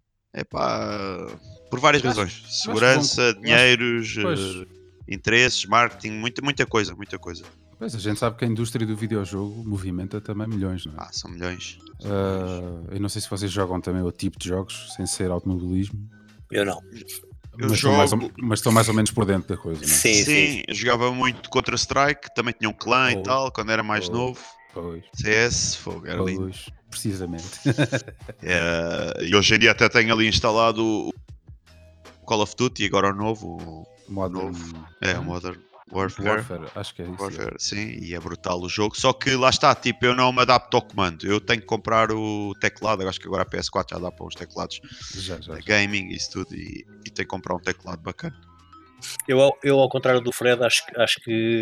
por várias Eu acho, razões. eu acho que vão. Segurança, Eu acho, dinheiros, pois, interesses, marketing, muita coisa. pois, a gente sabe que a indústria do videojogo movimenta também milhões, não é? São milhões. Eu não sei se vocês jogam também outro tipo de jogos, sem ser automobilismo, Eu não. Eu mas jogo. estão mais ou menos por dentro da coisa, não é? Sim. Eu jogava muito Contra-Strike, também tinha um clã e Oh, tal, quando era mais oh, novo. Pois, CS, fogo, era lindo. pois, precisamente. E hoje em dia até tenho ali instalado o Call of Duty, agora o novo. Modern O Modern Warfare. Warfare, acho que é isso. Warfare, sim, e é brutal o jogo. Só que lá está, tipo, eu não me adapto ao comando. Eu tenho que comprar o teclado. Eu acho que agora a PS4 já dá para os teclados Já. gaming e isso tudo. E tenho que comprar um teclado bacana. Eu ao contrário do Fred, acho que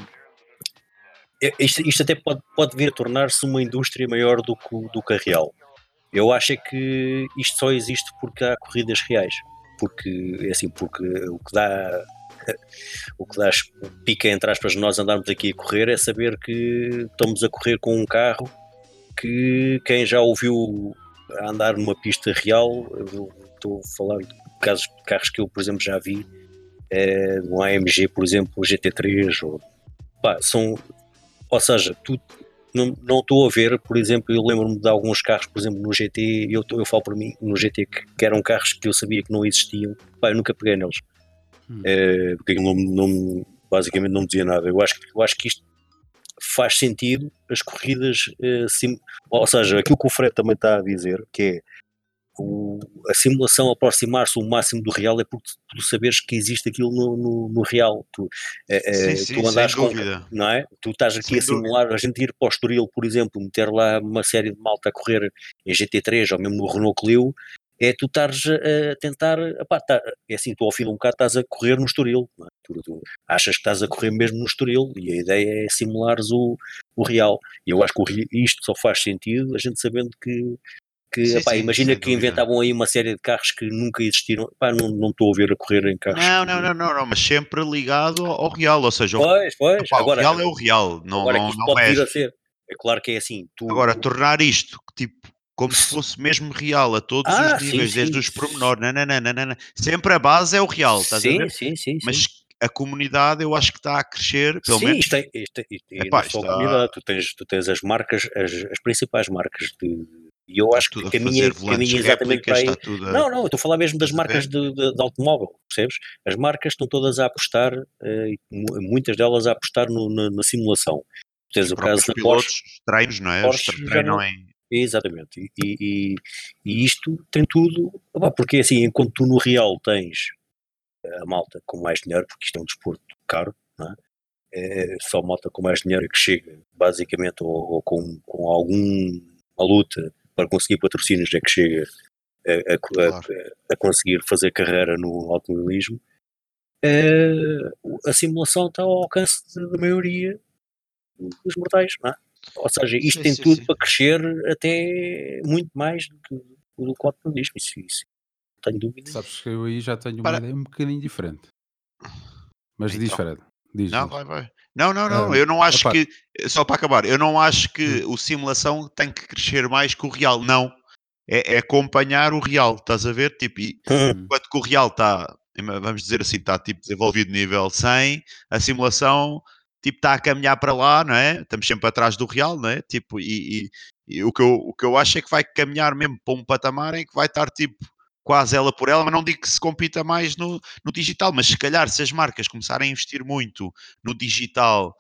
isto até pode vir a tornar-se uma indústria maior do que a real. Eu acho é que isto só existe porque há corridas reais. Porque o que dá pica, entre aspas, nós andarmos aqui a correr é saber que estamos a correr com um carro que quem já ouviu andar numa pista real, eu estou a falar de carros que eu, por exemplo, já vi, um AMG, por exemplo, o GT3, ou seja, tu não estou a ver, por exemplo, eu lembro-me de alguns carros, por exemplo, no GT, eu falo por mim, no GT, que eram carros que eu sabia que não existiam, eu nunca peguei neles, porque aquilo basicamente não me dizia nada. Eu acho que isto faz sentido, as corridas, ou seja, aquilo que o Fred também está a dizer, que é a simulação aproximar-se o máximo do real é porque tu saberes que existe aquilo no real. Sim, Tu andares sem dúvida. não é? Tu estás aqui a simular, a gente ir para o Estoril, por exemplo, meter lá uma série de malta a correr em GT3 ou mesmo no Renault Clio, é tu estares a tentar, é assim, tu ao fim de um bocado estás a correr no Estoril, não é? Tu achas que estás a correr mesmo no Estoril e a ideia é simulares o real. E eu acho que isto só faz sentido a gente sabendo que imagina que inventavam aí uma série de carros que nunca existiram. Não estou a ver a correr em carros. Não, mas sempre ligado ao real, ou seja, Pois. O real é o real, não agora que isto pode vir é. a ser. É claro que é assim. Agora, tornar isto tipo como se fosse mesmo real a todos os níveis, desde os pormenores, não. Sempre a base é o real, estás a ver? Sim. Mas a comunidade eu acho que está a crescer, pelo menos. Não só a comunidade, tu tens as marcas, as principais marcas e eu acho que caminha exatamente para aí. Não, eu estou a falar mesmo das marcas de automóvel, percebes? As marcas estão todas a apostar, muitas delas a apostar na simulação. Tens o caso da pilotos treinos, não é? Porsche treinam em... Exatamente. E isto tem tudo, porque assim, enquanto tu no real tens a malta com mais dinheiro, porque isto é um desporto caro, não é? Só malta com mais dinheiro que chega, basicamente, ou com alguma luta para conseguir patrocínios, é que chega a conseguir fazer carreira no automobilismo. A simulação está ao alcance da maioria dos mortais, não é? Ou seja, isto tem tudo para crescer até muito mais do que o automobilismo, isso não tenho dúvida. Sabes que eu aí já tenho uma ideia um bocadinho diferente. Mas diz, Fred. Diz, Não, diz. vai. Não, Ah, eu não acho opá, que, só para acabar, eu não acho que hum, o simulação tem que crescer mais que o real, não. É acompanhar o real, estás a ver? Tipo, e hum, enquanto que o real está, vamos dizer assim, está tipo desenvolvido nível 100, a simulação tipo está a caminhar para lá, não é? Estamos sempre atrás do real, não é? Tipo, e o que eu acho é que vai caminhar mesmo para um patamar em que vai estar tipo quase ela por ela, mas não digo que se compita mais no digital, mas se calhar se as marcas começarem a investir muito no digital,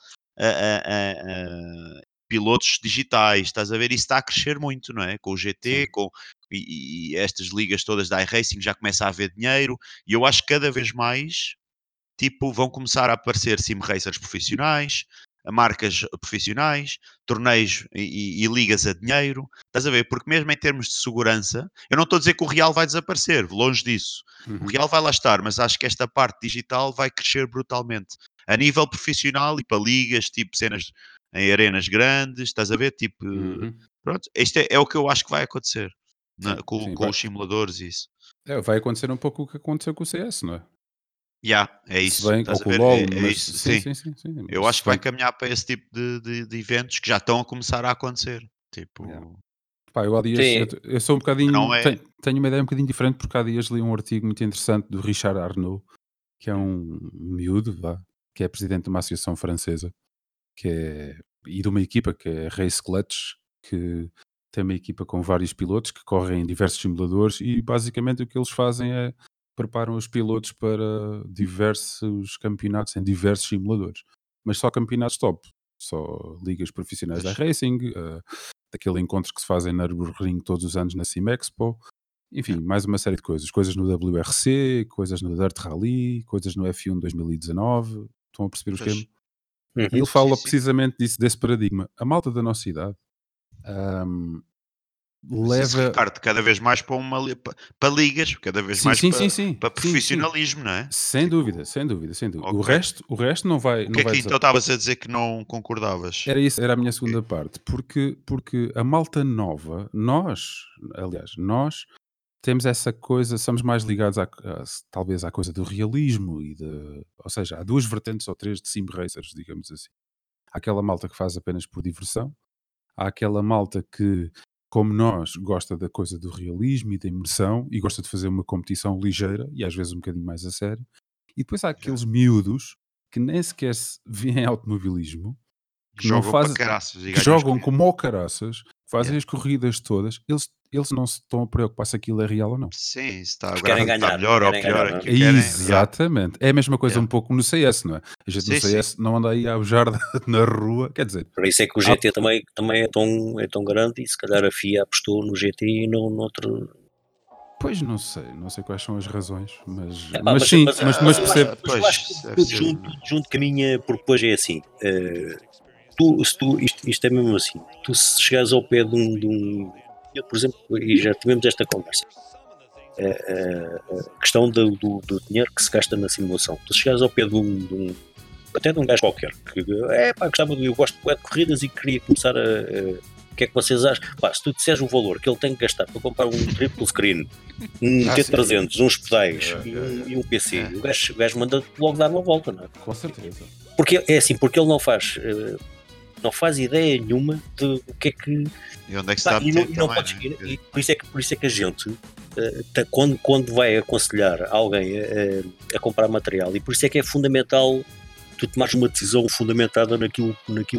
pilotos digitais, estás a ver, isso está a crescer muito, não é? Com o GT, sim. e estas ligas todas da iRacing já começa a haver dinheiro, e eu acho que cada vez mais tipo, vão começar a aparecer sim racers profissionais, marcas profissionais, torneios e ligas a dinheiro. Estás a ver? Porque mesmo em termos de segurança, eu não estou a dizer que o real vai desaparecer, longe disso. O Uhum, real vai lá estar, mas acho que esta parte digital vai crescer brutalmente. A nível profissional e para ligas, tipo cenas em arenas grandes, estás a ver? Tipo, uhum. pronto, isto é o que eu acho que vai acontecer Sim, sim, com os simuladores e isso. vai acontecer um pouco o que aconteceu com o CS, não é? É Se isso, bem, ou estás a com o ver? LOL, É mas isso, sim, sim. sim, sim, sim. Eu acho Se que vai bem, caminhar para esse tipo de eventos que já estão a começar a acontecer. yeah. Tipo, Pá, eu há dias, Sim. eu sou um não bocadinho, é. tenho uma ideia um bocadinho diferente, porque há dias li um artigo muito interessante do Richard Arnaud, que é um miúdo, vá, que é presidente de uma associação francesa, que é, e de uma equipa que é Race Clutch, que tem uma equipa com vários pilotos que correm em diversos simuladores, e basicamente o que eles fazem é preparam os pilotos para diversos campeonatos em diversos simuladores, mas só campeonatos top, só ligas profissionais da Pois, Racing, daquele encontro que se fazem na Nürburgring todos os anos na Simexpo, yeah. enfim, mais uma série de coisas, coisas no WRC, coisas no Dirt Rally, coisas no F1 2019, estão a perceber o esquema? Pois. E ele Uhum. Sim, fala sim. precisamente disso, desse paradigma. A malta da nossa idade ahm, Mas isso, leva. Ricardo, cada vez mais para ligas, cada vez Sim, mais sim, sim, para, sim. para Sim, sim. profissionalismo, não é? Sem dúvida, Tipo, sem dúvida, sem dúvida. O ok. resto, o resto não vai, O que não é vai que então estavas a dizer que não concordavas? Era isso, era a minha Ok. segunda parte. Porque a malta nova, nós, aliás, nós temos essa coisa, somos mais ligados talvez à coisa do realismo ou seja, há duas vertentes ou três de sim racers, digamos assim. Há aquela malta que faz apenas por diversão. Há aquela malta que, como nós, gosta da coisa do realismo e da imersão e gosta de fazer uma competição ligeira e às vezes um bocadinho mais a sério. E depois há Yeah. aqueles miúdos que nem sequer se veem automobilismo, que não Jogam para fazem, caraças e que ganham as jogam corridas. como ao caraças, Yeah. fazem as corridas todas, eles não se estão a preocupar se aquilo é real ou não. Sim, se está, Porque o gráfico está querem melhor ou pior, ganhar, não é? aqui querem. Yeah, Exatamente. É a mesma coisa um yeah. pouco no CS, não é? A gente no Sim, sim. CS não anda aí a bujar na rua, quer dizer, Por isso é que o há, GT também é tão grande e se calhar a FIA apostou no GT e não noutro. pois não sei quais são as razões, Epá, mas sim, mas percebo. mas eu acho que Pois, deve tudo ser. junto, tudo junto caminha, porque depois é assim. Isto é mesmo assim. Tu se chegares ao pé eu, por exemplo, e já tivemos esta conversa, a questão do dinheiro que se gasta na simulação. Tu chegares ao pé até de um gajo qualquer, que eu gosto de corridas e queria começar o que é que vocês acham? Pá, se tu disseres o valor que ele tem que gastar para comprar um triple screen, um Sim. T300, uns pedais Yeah. e um PC, Yeah. o gajo manda logo dar uma volta, não é? Com certeza. Porque é assim, porque ele não faz ideia nenhuma de o que é que. E onde é que se Pá, está a meter e não também, podes, não é? e por isso é que a gente, quando vai aconselhar alguém a comprar material, e por isso é que é fundamental tu tomares uma decisão fundamentada naquilo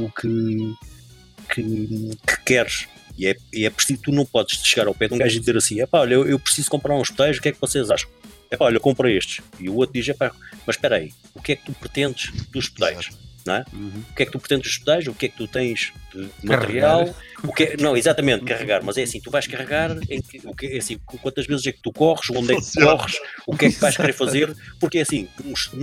que queres. E é preciso, tu não podes chegar ao pé de um gajo e dizer assim: olha, eu preciso comprar uns pedais, o que é que vocês acham? Olha, compra estes. E o outro diz: mas espera aí, o que é que tu pretendes dos pedais? Exato. Não é? Uhum. O que é que tu pretendes dos pedais? O que é que tu tens de material? Não, exatamente, carregar, mas é assim, tu vais carregar é assim, quantas vezes é que tu corres, onde é que tu corres, o que é que vais querer fazer, porque é assim, uns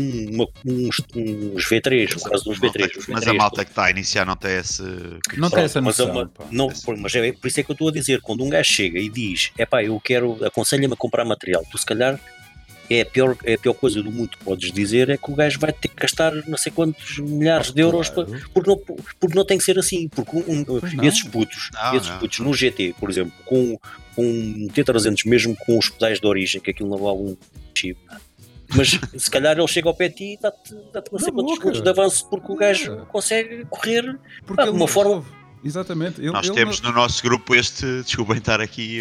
V3, no caso dos V3, Mas a malta que está a iniciar não tem esse. Não tem essa mas, noção. Pá. mas é por isso é que eu estou a dizer, quando um gajo chega e diz, aconselha-me a comprar material, tu se calhar é a pior coisa do mundo que podes dizer, é que o gajo vai ter que gastar não sei quantos milhares de euros, Claro. porque não tem que ser assim, porque esses putos no GT, por exemplo, com um T300 mesmo com os pedais de origem, que aquilo não vale um chip, Mas se calhar ele chega ao pé de ti e dá-te não sei quantos segundos de avanço, porque o gajo consegue correr de uma forma. Exatamente. Nós temos no nosso grupo desculpem estar aqui,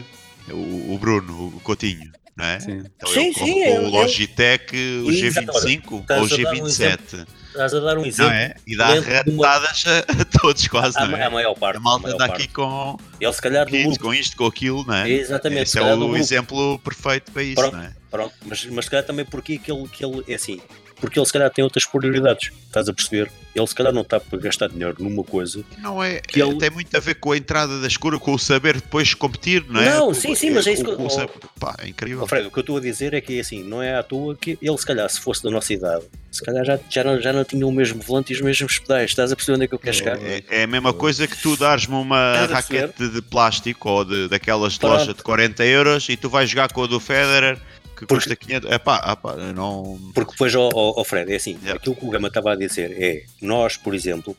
o Bruno, o Coutinho, não é? Sim. Então ele corre com o Logitech, o G25 ou o G27. Estás a dar um exemplo. Não é? E dá ratadas a todos quase, não é? A maior parte. A malta anda aqui com ele, se calhar, com isto, com aquilo, não é? Exatamente. Esse é o exemplo perfeito para isso, pronto, não é? Pronto, mas se calhar também porque que ele é assim. Porque ele se calhar tem outras prioridades, estás a perceber? Ele se calhar não está para gastar dinheiro numa coisa. Não é, tem muito a ver com a entrada da escura, com o saber depois competir, não é? Não, sim, mas é isso que é incrível. Alfredo, o que eu estou a dizer é que assim, não é à toa que ele se calhar, se fosse da nossa idade, se calhar já não tinha o mesmo volante e os mesmos pedais, estás a perceber onde é que eu quero chegar? É a mesma coisa que tu dares-me uma raquete de plástico ou daquelas de loja de 40 euros e tu vais jogar com a do Federer que custa 500, não... Porque depois, Fred, é assim, aquilo que o Gama estava a dizer é, nós, por exemplo,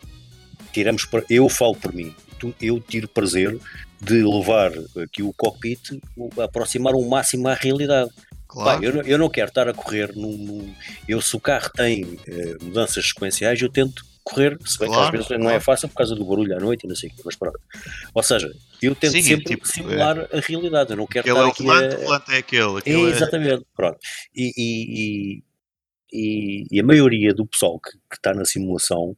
eu falo por mim, eu tiro prazer de levar aqui o cockpit a aproximar o máximo à realidade. Claro. Pá, eu não quero estar a correr se o carro tem mudanças sequenciais, eu tento correr, se bem que às vezes não é fácil por causa do barulho à noite e não sei o que, mas pronto. Ou seja, eu tento sempre simular a realidade, eu não quero estar aqui o volante é aquele. Exatamente, pronto. E a maioria do pessoal que está na simulação,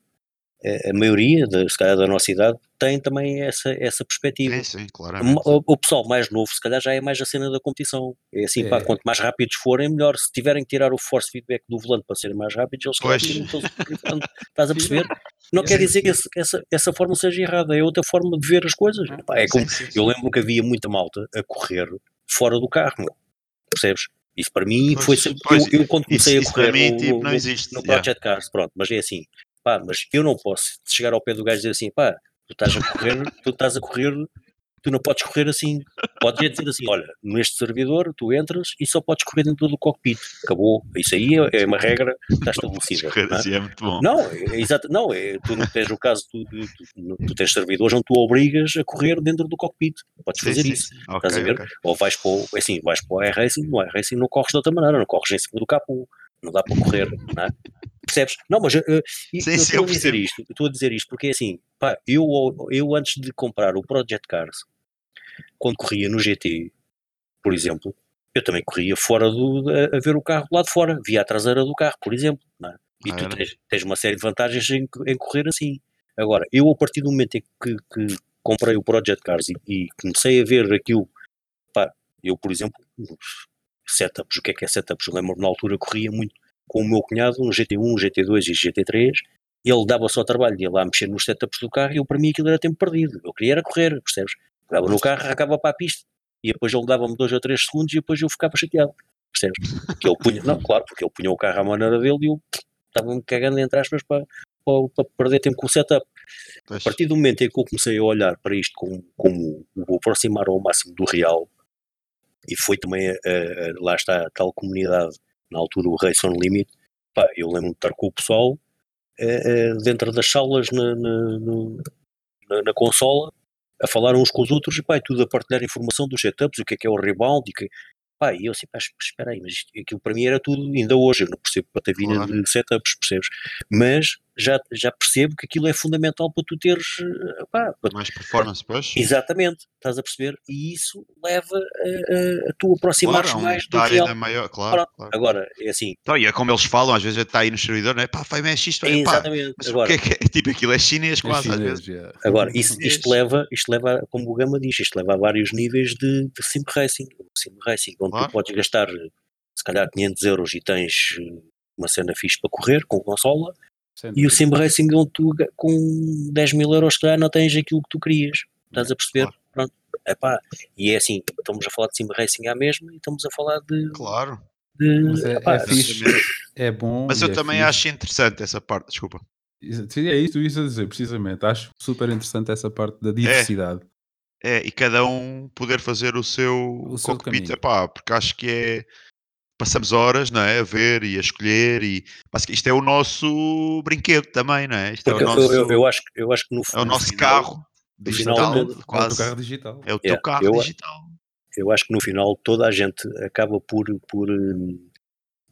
a maioria, se calhar da nossa idade, tem também essa perspectiva. Sim, claramente. O pessoal mais novo, se calhar, já é mais a cena da competição. É assim, pá, quanto mais rápidos forem, melhor. Se tiverem que tirar o force feedback do volante para serem mais rápidos, eles calhar tiram todos. Estás a perceber? Não quer dizer que essa forma seja errada, é outra forma de ver as coisas. Pá, é como, eu lembro que havia muita malta a correr fora do carro, percebes? Isso para mim foi sempre. Eu quando comecei a correr no Project Cars, pronto, mas é assim. Pá, mas eu não posso chegar ao pé do gajo e dizer assim, pá, tu estás a correr, tu não podes correr assim. Podes dizer assim, olha, neste servidor tu entras e só podes correr dentro do cockpit. Acabou. Isso aí é uma regra que está estabelecida. Correr assim é muito bom. Não, exato. Não, tu não tens o caso, tu tens servidores onde tu obrigas a correr dentro do cockpit. Podes fazer isso. Estás a ver? Okay. Ou vais para o iRacing, no iRacing não corres de outra maneira, não corres em cima do capô. Não dá para correr, não é? Percebes? Não, mas eu estou a dizer isto porque é assim, pá, eu antes de comprar o Project Cars, quando corria no GT, por exemplo, eu também corria fora a ver o carro lá de fora, via a traseira do carro, por exemplo, não é? E tu tens uma série de vantagens em correr assim. Agora, eu a partir do momento em que comprei o Project Cars e comecei a ver aquilo, pá, eu por exemplo, setups, o que é setups? Eu lembro na altura corria muito com o meu cunhado no GT1, GT2 e GT3, ele dava só trabalho de ir lá mexer nos setups do carro e eu para mim aquilo era tempo perdido, eu queria era correr, percebes? Pegava no carro, arrancava para a pista e depois ele dava-me 2 ou 3 segundos e depois eu ficava chateado, percebes? Porque ele punha, não, claro, porque ele punha o carro à maneira dele e eu estava-me cagando entre aspas para perder tempo com o setup. A partir do momento em que eu comecei a olhar para isto como vou aproximar ao máximo do real, e foi também lá está a tal comunidade, na altura o Race on Limit, pá, eu lembro-me de estar com o pessoal dentro das salas na consola, a falar uns com os outros, e pá, tudo a partilhar informação dos setups, o que é o rebound, pá, e eu assim, pá, espera aí, mas aquilo para mim era tudo, ainda hoje, eu não percebo patavina de setups, percebes? Mas já percebo que aquilo é fundamental para tu teres, pá, mais performance, pois. Exatamente, estás a perceber? E isso leva a tu aproximares mais do real. Maior, claro. Agora, é assim. Então, e é como eles falam, às vezes está aí no servidor, não é? Pá, mexe isto, exatamente. Mas agora, o que é? Tipo, aquilo é chinês quase, às vezes. Yeah. Agora, isto leva, como o Gama diz, isto leva a vários níveis de sim racing, onde tu podes gastar, se calhar, 500 euros e tens uma cena fixe para correr, com consola, e o sim racing onde tu, com 10 mil euros, se calhar, não tens aquilo que tu querias. Estás a perceber? Claro. Pronto. Epá, e é assim, estamos a falar de sim racing à mesma e estamos a falar de... Claro. Mas é fixe, é bom. Mas eu também acho interessante essa parte, desculpa. Sim, é isso que eu ia dizer, precisamente. Acho super interessante essa parte da diversidade. E cada um poder fazer o seu cockpit, porque acho que passamos horas, não é, a ver e a escolher, e isto é o nosso brinquedo também, não é? Isto é o nosso, eu acho que no é o nosso carro digital, quase. É o teu carro digital. É o teu carro digital. Eu acho que no final toda a gente acaba por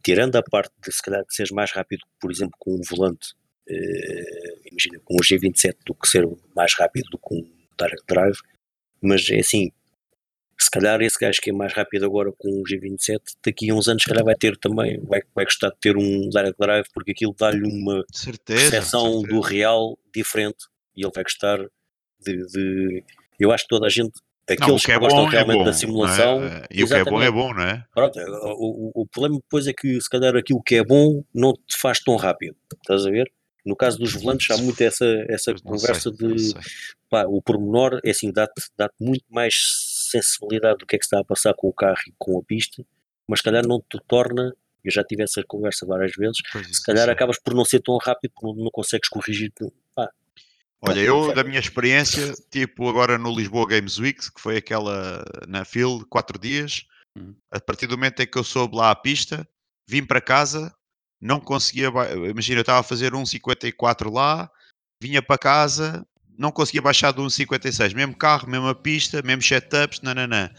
tirando a parte de se calhar de seres mais rápido, por exemplo, com um volante, imagina, com um G27 do que ser mais rápido do que um direct drive, mas é assim, se calhar esse gajo que é mais rápido agora com um G27, daqui a uns anos se calhar vai ter também, vai gostar de ter um direct drive, porque aquilo dá-lhe uma percepção do real diferente, e ele vai gostar de eu acho que toda a gente, aqueles que gostam realmente da simulação, e o que é bom, não é? Pronto, o problema depois é que se calhar aquilo que é bom não te faz tão rápido, estás a ver? No caso dos volantes há muito essa conversa de pá, o pormenor é assim, dá-te muito mais sensibilidade do que é que se está a passar com o carro e com a pista, mas se calhar não te torna, eu já tive essa conversa várias vezes, se calhar acabas por não ser tão rápido porque não consegues corrigir. Pá. Olha, eu da minha experiência, tipo agora no Lisboa Games Week, que foi aquela na Field, 4 dias, a partir do momento em que eu soube lá a pista, vim para casa, não conseguia, imagina, eu estava a fazer 1,54 lá, vinha para casa, não conseguia baixar de 1,56, mesmo carro, mesma pista, mesmo setups, nananã.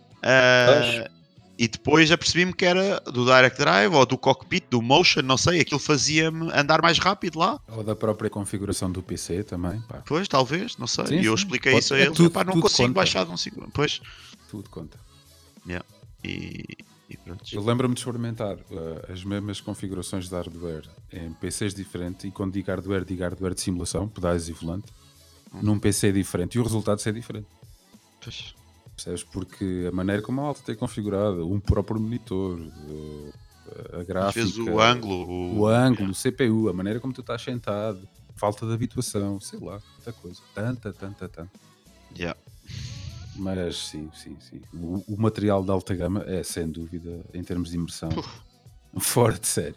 E depois apercebi-me que era do Direct Drive ou do cockpit, do Motion, não sei, aquilo fazia-me andar mais rápido lá. Ou da própria configuração do PC também. Pá. Pois, talvez, não sei. Sim, e eu expliquei isso a eles. Pá, não consigo baixar de 1,50. Pois. Tudo conta. Yeah. E pronto. Eu lembro-me de experimentar as mesmas configurações de hardware em PCs diferentes, e quando digo hardware de simulação, pedais e volante, num PC diferente, e o resultado ser diferente. Pois. Percebes? Porque a maneira como a alta tem configurado, um próprio monitor, a gráfica, às vezes o ângulo, o CPU, a maneira como tu estás sentado, falta de habituação, sei lá, tanta coisa, tanta. Yeah. Mas sim. O material de alta gama é, sem dúvida, em termos de imersão, fora de série,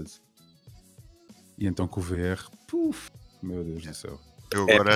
E então com o VR, meu Deus do céu. Eu agora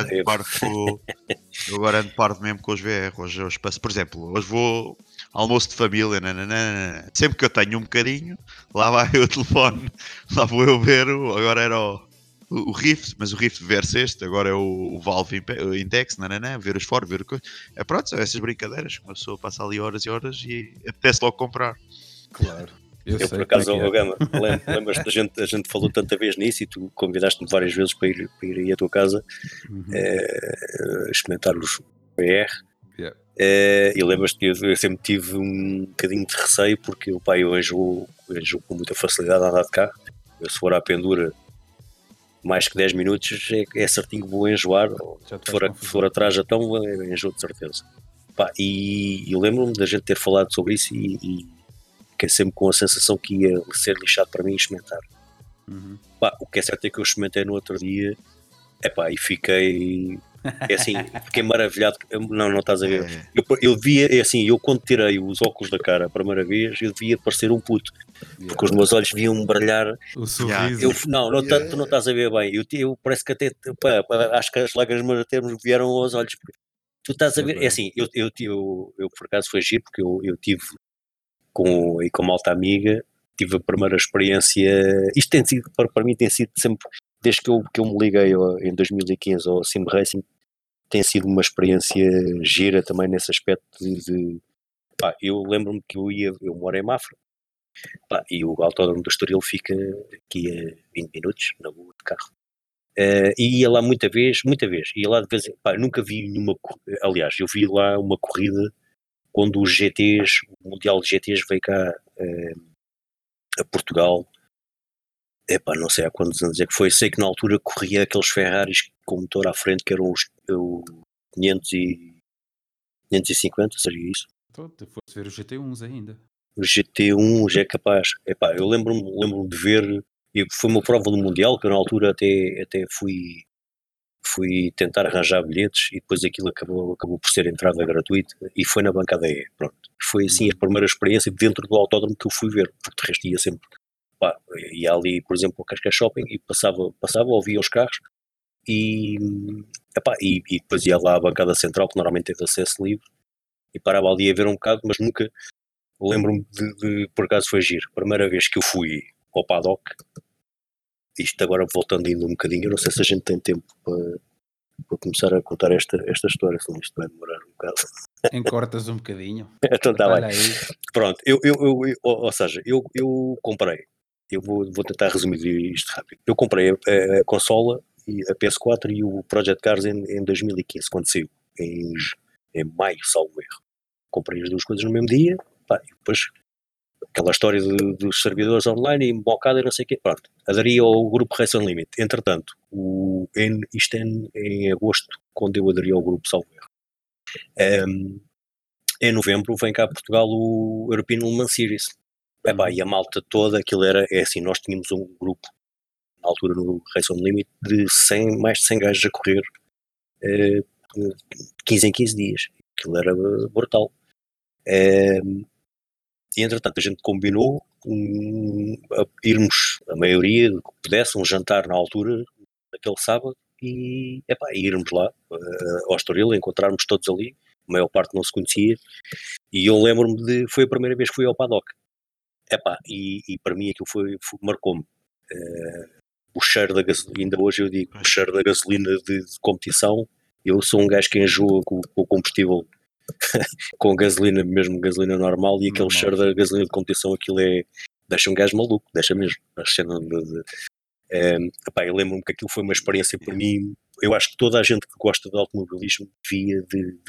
ando parvo mesmo com os VR. Hoje, por exemplo, hoje vou almoço de família, nananana. Sempre que eu tenho um bocadinho, lá vai o telefone, lá vou eu ver, agora era o Rift, mas o Rift versus este, agora é o Valve Index, ver os fora, ver o coisa. É pronto, são essas brincadeiras, uma pessoa passa ali horas e horas e apetece logo comprar. Claro. Eu por acaso, Gama, lembras-te, a gente falou tanta vez nisso e tu convidaste-me várias vezes para ir aí à tua casa experimentar os VR. Yeah. E lembras-te que eu sempre tive um bocadinho de receio porque o pai eu enjoo com muita facilidade a andar de carro. Eu, se for à pendura mais que 10 minutos é certinho que vou enjoar, se for atrás então enjoo de certeza. Pá, e lembro-me da gente ter falado sobre isso e fiquei sempre com a sensação que ia ser lixado para mim experimentar. Pá, o que é certo é que eu experimentei no outro dia e fiquei fiquei maravilhado. Não estás a ver. Eu via, eu quando tirei os óculos da cara a primeira vez, eu devia parecer um puto, porque os meus olhos viam brilhar. O sorriso. Tu não estás a ver bem. Eu parece que até acho que as lágrimas até me vieram aos olhos. Tu estás a ver, eu por acaso foi giro, porque eu tive com malta amiga, tive a primeira experiência, isto tem sido, para mim tem sido sempre, desde que eu me liguei em 2015 ao Sim Racing, tem sido uma experiência gira também nesse aspecto eu lembro-me que eu moro em Mafra, e o autódromo do Estoril fica aqui a 20 minutos na rua de carro. E ia lá muita vez, ia lá de vez nunca vi nenhuma, aliás, eu vi lá uma corrida quando os GTs, o Mundial de GTs veio cá a Portugal, não sei há quantos anos é que foi, sei que na altura corria aqueles Ferraris com motor à frente que eram os 550, seria isso? Então, foste ver os GT1s ainda. Os GT1 já é capaz, eu lembro-me de ver, foi uma prova do Mundial que eu na altura até fui tentar arranjar bilhetes e depois aquilo acabou por ser entrada gratuita e foi na bancada E, pronto. Foi assim a primeira experiência dentro do autódromo que eu fui ver, porque de resto ia sempre, ia ali, por exemplo, ao Cascais Shopping e passava, ouvia os carros e depois ia lá à bancada central, que normalmente teve acesso livre, e parava ali a ver um bocado, mas nunca, lembro-me de por acaso foi giro, primeira vez que eu fui ao paddock, isto agora voltando ainda um bocadinho, eu não sei se a gente tem tempo vou começar a contar esta história, senão isto vai demorar um bocado. Encortas um bocadinho. Então está bem. Olha aí. Pronto, ou seja, eu comprei, eu vou tentar resumir isto rápido. Eu comprei a consola, a PS4 e o Project Cars em 2015, quando saiu, em maio, salvo erro. Comprei as duas coisas no mesmo dia, pá, e depois aquela história dos servidores online e mocada e não sei o quê, pronto, aderi ao grupo Race Unlimited. Entretanto, isto em agosto, quando eu aderi ao grupo, salvo erro. Em novembro vem cá a Portugal o European Le Mans Series. E a malta toda, aquilo é assim, nós tínhamos um grupo, na altura no Race Unlimited, de mais de 100 gajos a correr, 15 em 15 dias. Aquilo era brutal. E entretanto a gente combinou irmos, a maioria que pudesse, um jantar na altura, naquele sábado, e irmos lá ao Estoril, encontrarmos todos ali, a maior parte não se conhecia, e eu lembro-me foi a primeira vez que fui ao paddock. E para mim aquilo marcou-me. O cheiro da gasolina, ainda hoje eu digo, o cheiro da gasolina de competição. Eu sou um gajo que enjoa com o combustível com gasolina, mesmo gasolina normal, e aquele cheiro da gasolina de competição, aquilo deixa um gajo maluco, deixa mesmo. A cena eu lembro-me que aquilo foi uma experiência para mim. Eu acho que toda a gente que gosta de automobilismo devia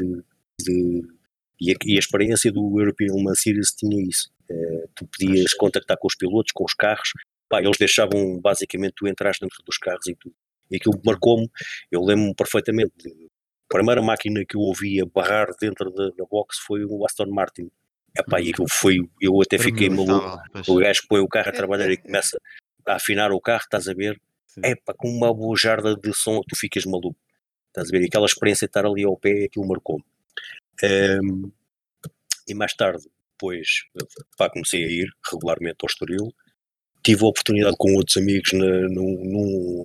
e a experiência do European Le Mans Series tinha isso. Tu podias contactar com os pilotos, com os carros, eles deixavam basicamente tu entrares dentro dos carros e tudo. E aquilo marcou-me. Eu lembro-me perfeitamente. A primeira máquina que eu ouvia barrar dentro da box foi o Aston Martin. E aquilo eu até fiquei maluco. O gajo põe o carro a trabalhar e começa a afinar o carro, estás a ver? Com uma bujarda de som, tu ficas maluco. Estás a ver? E aquela experiência de estar ali ao pé, aquilo marcou-me. E mais tarde, depois, comecei a ir regularmente ao Estoril. Tive a oportunidade com outros amigos num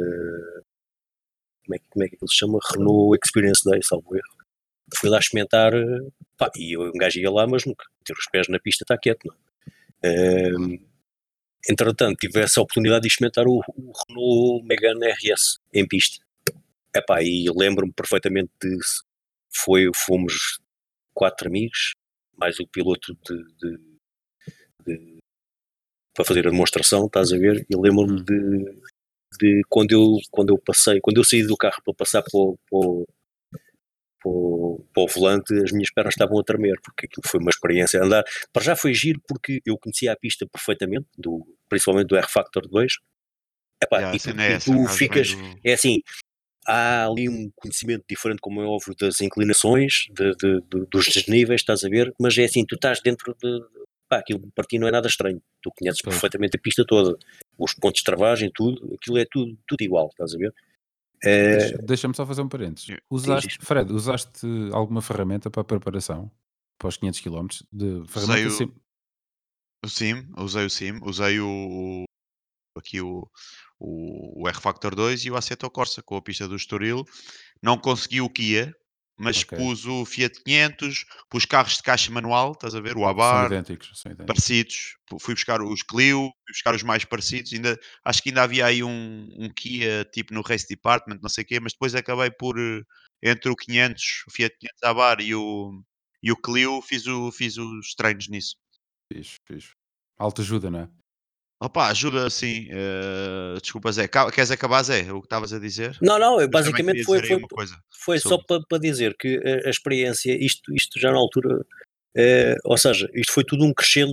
como é que ele se chama? Renault Experience Day, salvo erro. Fui lá experimentar, e eu engajei lá, mas nunca ter os pés na pista está quieto, não. Entretanto, tive essa oportunidade de experimentar o Renault Megane RS em pista. E lembro-me perfeitamente fomos 4 amigos, mais o piloto para fazer a demonstração, estás a ver? E lembro-me de quando eu saí do carro para passar para o volante, as minhas pernas estavam a tremer, porque aquilo foi uma experiência a andar. Para já foi giro porque eu conhecia a pista perfeitamente, principalmente do R-Factor 2. Tu ficas, é assim, há ali um conhecimento diferente, como é óbvio, das inclinações, dos desníveis, estás a ver, mas é assim, tu estás dentro aquilo para ti não é nada estranho, tu conheces perfeitamente a pista toda, os pontos de travagem, tudo, aquilo é tudo igual, estás a ver? Deixa-me só fazer um parênteses. Fred, usaste alguma ferramenta para a preparação para os 500 km? Usei o Sim, usei o R-Factor 2 e o Assetto Corsa com a pista do Estoril. Não consegui o Kia, mas pus o Fiat 500, pus carros de caixa manual, estás a ver? O Abarth, são idênticos. Parecidos. Fui buscar os Clio, fui buscar os mais parecidos. Acho que ainda havia aí um Kia tipo no Race Department, não sei o quê, mas depois acabei por, entre o 500, o Fiat 500 Abarth e o Clio, fiz os treinos nisso. Fixe. Alta ajuda, não é? Ajuda sim. Desculpa, Zé. Queres acabar, Zé? O que estavas a dizer? Não, basicamente foi só sobre. para dizer que a experiência, isto já na altura, ou seja, isto foi tudo um crescendo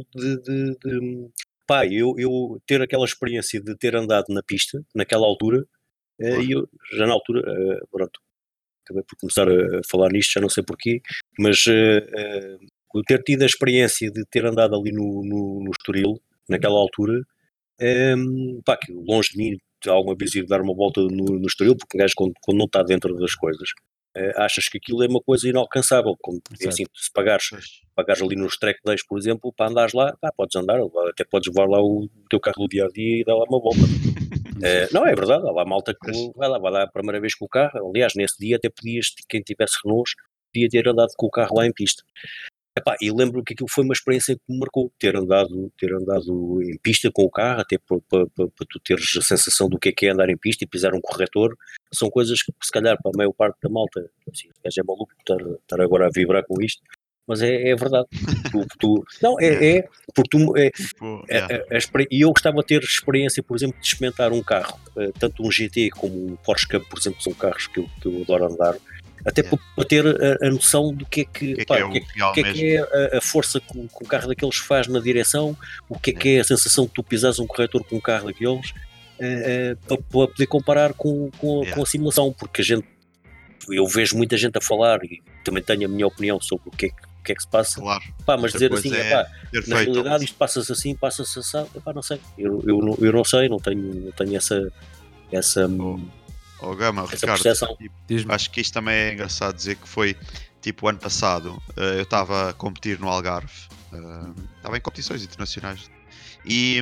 eu ter aquela experiência de ter andado na pista, naquela altura, e eu já na altura, pronto, acabei por começar a falar nisto, já não sei porquê, mas eu ter tido a experiência de ter andado ali no Estoril, naquela altura, que longe de mim alguma vez ir dar uma volta no Estoril, porque um gajo quando não está dentro das coisas, achas que aquilo é uma coisa inalcançável, como assim, se pagares ali nos track days, por exemplo, para andares lá, podes andar, até podes levar lá o teu carro do dia a dia e dar lá uma volta. Não, é verdade, há lá malta que vai lá a primeira vez com o carro. Aliás, nesse dia até quem tivesse Renault, podia ter andado com o carro lá em pista. Epá, e lembro que aquilo foi uma experiência que me marcou, ter andado em pista com o carro, até para tu teres a sensação do que é andar em pista e pisar um corretor, são coisas que se calhar para a maior parte da malta, assim, o gajo é maluco estar agora a vibrar com isto, mas é verdade. Não, Yeah. porque tu, Tipo, yeah. e eu gostava de ter experiência, por exemplo, de experimentar um carro, tanto um GT como um Porsche Cub, por exemplo, são carros que eu adoro andar, até Yeah. para ter a noção do que é que, que é o real que mesmo. é a força que o carro daqueles faz na direção, o que é a sensação de tu pisares um corretor com um carro daqueles, para poder comparar com a simulação, porque eu vejo muita gente a falar e também tenho a minha opinião sobre o que é que se passa. Claro. Pá, mas dizer Depois assim, na realidade isto passa-se assim, passa-se assim, não sei. Eu não sei, não tenho essa Gama, essa Ricardo, percepção. Diz-me. acho que isto também é engraçado dizer que foi tipo o ano passado, eu estava a competir no Algarve, estava em competições internacionais e,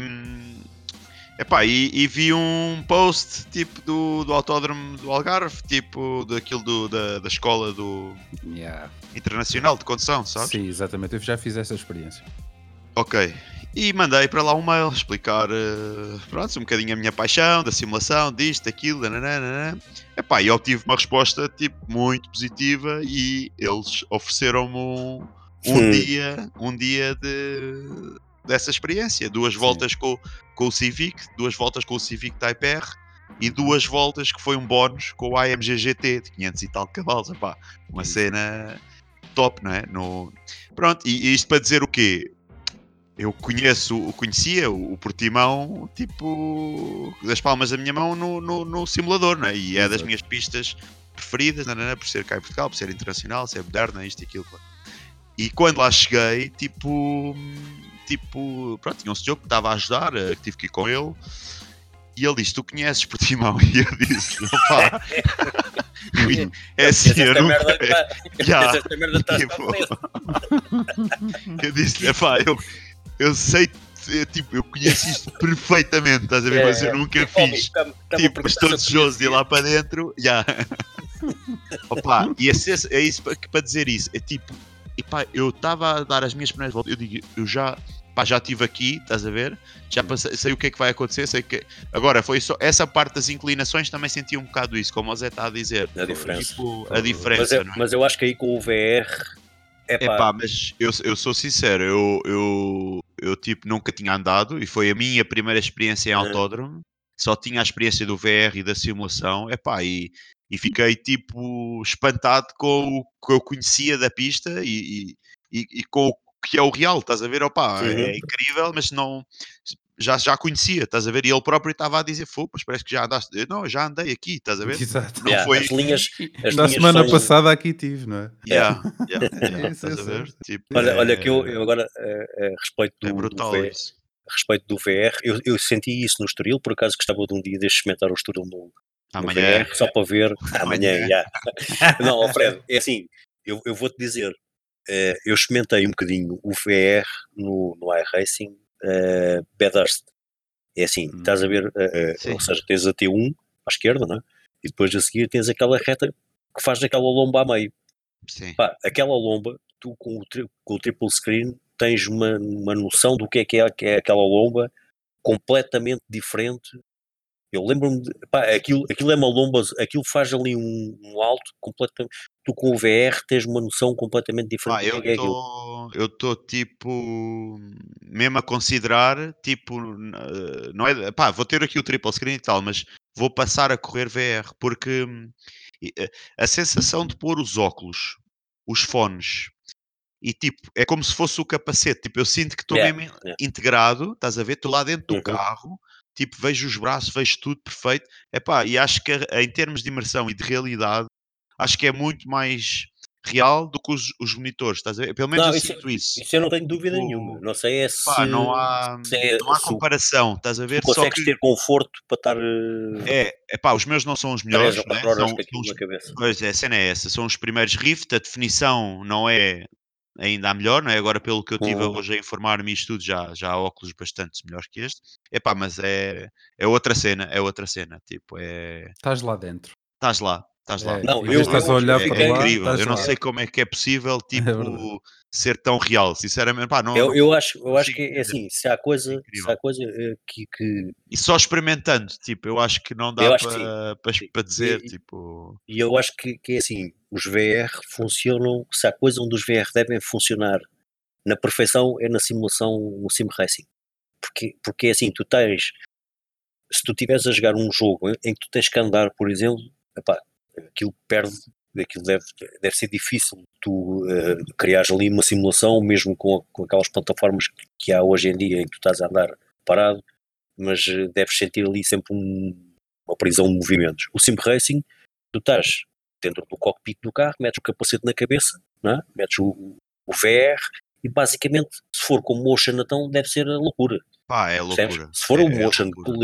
e vi um post tipo do autódromo do Algarve, tipo daquilo da escola do Yeah. internacional de condução, sabes? Sim, exatamente. Eu já fiz essa experiência. Ok. E mandei para lá um mail explicar pronto, um bocadinho a minha paixão da simulação, disto, daquilo, nananana. E obtive uma resposta tipo muito positiva e eles ofereceram-me um dia dessa experiência. Duas voltas com o Civic, 2 voltas com o Civic Type R e 2 voltas que foi um bónus com o AMG GT de 500 e tal cavalos. Uma cena top, não é? Pronto, e isto para dizer o quê? Eu conhecia o Portimão, tipo, das palmas da minha mão no simulador, não é? E é das minhas pistas preferidas, por ser cá em Portugal, por ser internacional, ser moderna, isto e aquilo. E quando lá cheguei, tipo, pronto, tinha um senhor que estava a ajudar, que tive que ir com ele, e ele disse, tu conheces Portimão? E eu disse, pá, é assim, eu nunca... Esta merda está Eu disse, eu sei, eu conheço isto perfeitamente, estás a ver, mas eu nunca fiz. Tipo, mas estou desejoso de ir lá para dentro. E é isso para dizer isso. É tipo, eu estava a dar as minhas primeiras voltas, eu digo, eu já estive aqui, estás a ver? Já passei, sei o que é que vai acontecer, sei que... Agora, foi só essa parte das inclinações, também senti um bocado isso, como o Zé está a dizer. A diferença. Tipo, a diferença, não é? Mas eu acho que aí com o VR... mas eu sou sincero, eu tipo nunca tinha andado e foi a minha primeira experiência em autódromo, só tinha a experiência do VR e da simulação, e fiquei tipo espantado com o que eu conhecia da pista e com o que é o real, estás a ver? É incrível, mas não... Já conhecia, estás a ver? E ele próprio estava a dizer, mas parece que já andaste. Eu já andei aqui, estás a ver? Exato. Não foi... As linhas Da semana passada aqui tive, não é? Estás a ver? Tipo, olha que eu agora, a respeito do brutal VR, isso. a respeito do VR, eu senti isso no Estoril, por acaso gostava de um dia deixar experimentar o Estoril no Amanhã. VR, só para ver. Amanhã, já. Não, Alfredo, é assim, eu vou-te dizer, eu experimentei um bocadinho o VR no iRacing, Bathurst. É assim, estás a ver, ou seja, tens a T1 à esquerda, não é? E depois a seguir tens aquela reta que faz aquela lomba a meio. Sim. Aquela lomba, tu com o triple screen tens uma noção do que é aquela lomba completamente diferente. Eu lembro-me aquilo é uma lomba, aquilo faz ali um alto completamente. Tu com o VR tens uma noção completamente diferente do que é aquilo. Eu estou tipo mesmo a considerar, tipo, não é, vou ter aqui o triple screen e tal, mas vou passar a correr VR porque a sensação de pôr os óculos, os fones e tipo, é como se fosse o capacete, tipo, eu sinto que estou mesmo integrado, estás a ver? Estou lá dentro do carro, tipo, vejo os braços, vejo tudo perfeito, e acho que em termos de imersão e de realidade, acho que é muito mais real do que os monitores, estás a ver? Pelo menos eu sinto isso. Isso eu não tenho dúvida nenhuma. Não sei não há comparação, estás a ver? Tu consegues ter conforto para estar... os meus não são os melhores, 3 ou 4 horas com aquilo na cabeça. Pois é, a cena é essa, são os primeiros Rift, a definição não é ainda a melhor, não é? Agora pelo que eu tive hoje a informar-me isto tudo, já há óculos bastante melhores que este. Mas é outra cena, tipo, Estás lá dentro. Estás lá. Estás lá. É, Não, em vez de estás a olhar É, para é fiquei. lá, incrível. estás Eu não lá. sei como é que é possível, É verdade. tipo, ser tão real. Sinceramente, pá, não Eu acho consigo que é entender. assim, se há É coisa, incrível. que E só experimentando, tipo, eu acho que não dá eu acho que sim. Sim. para dizer, tipo, E eu acho que é assim, os VR funcionam, se há coisa onde os VR devem funcionar na perfeição é na simulação, no sim racing. Porque é assim, se tu estiveres a jogar um jogo em que tu tens que andar, por exemplo, epá, aquilo perde, aquilo deve ser difícil tu criares ali uma simulação, mesmo com aquelas plataformas que há hoje em dia em que tu estás a andar parado, mas deves sentir ali sempre uma prisão de movimentos. O sim racing, tu estás dentro do cockpit do carro, metes o capacete na cabeça, não é? Metes o VR e basicamente, se for com motion, então deve ser a loucura. pá, é Percebes? loucura. Se for um É motion loucura.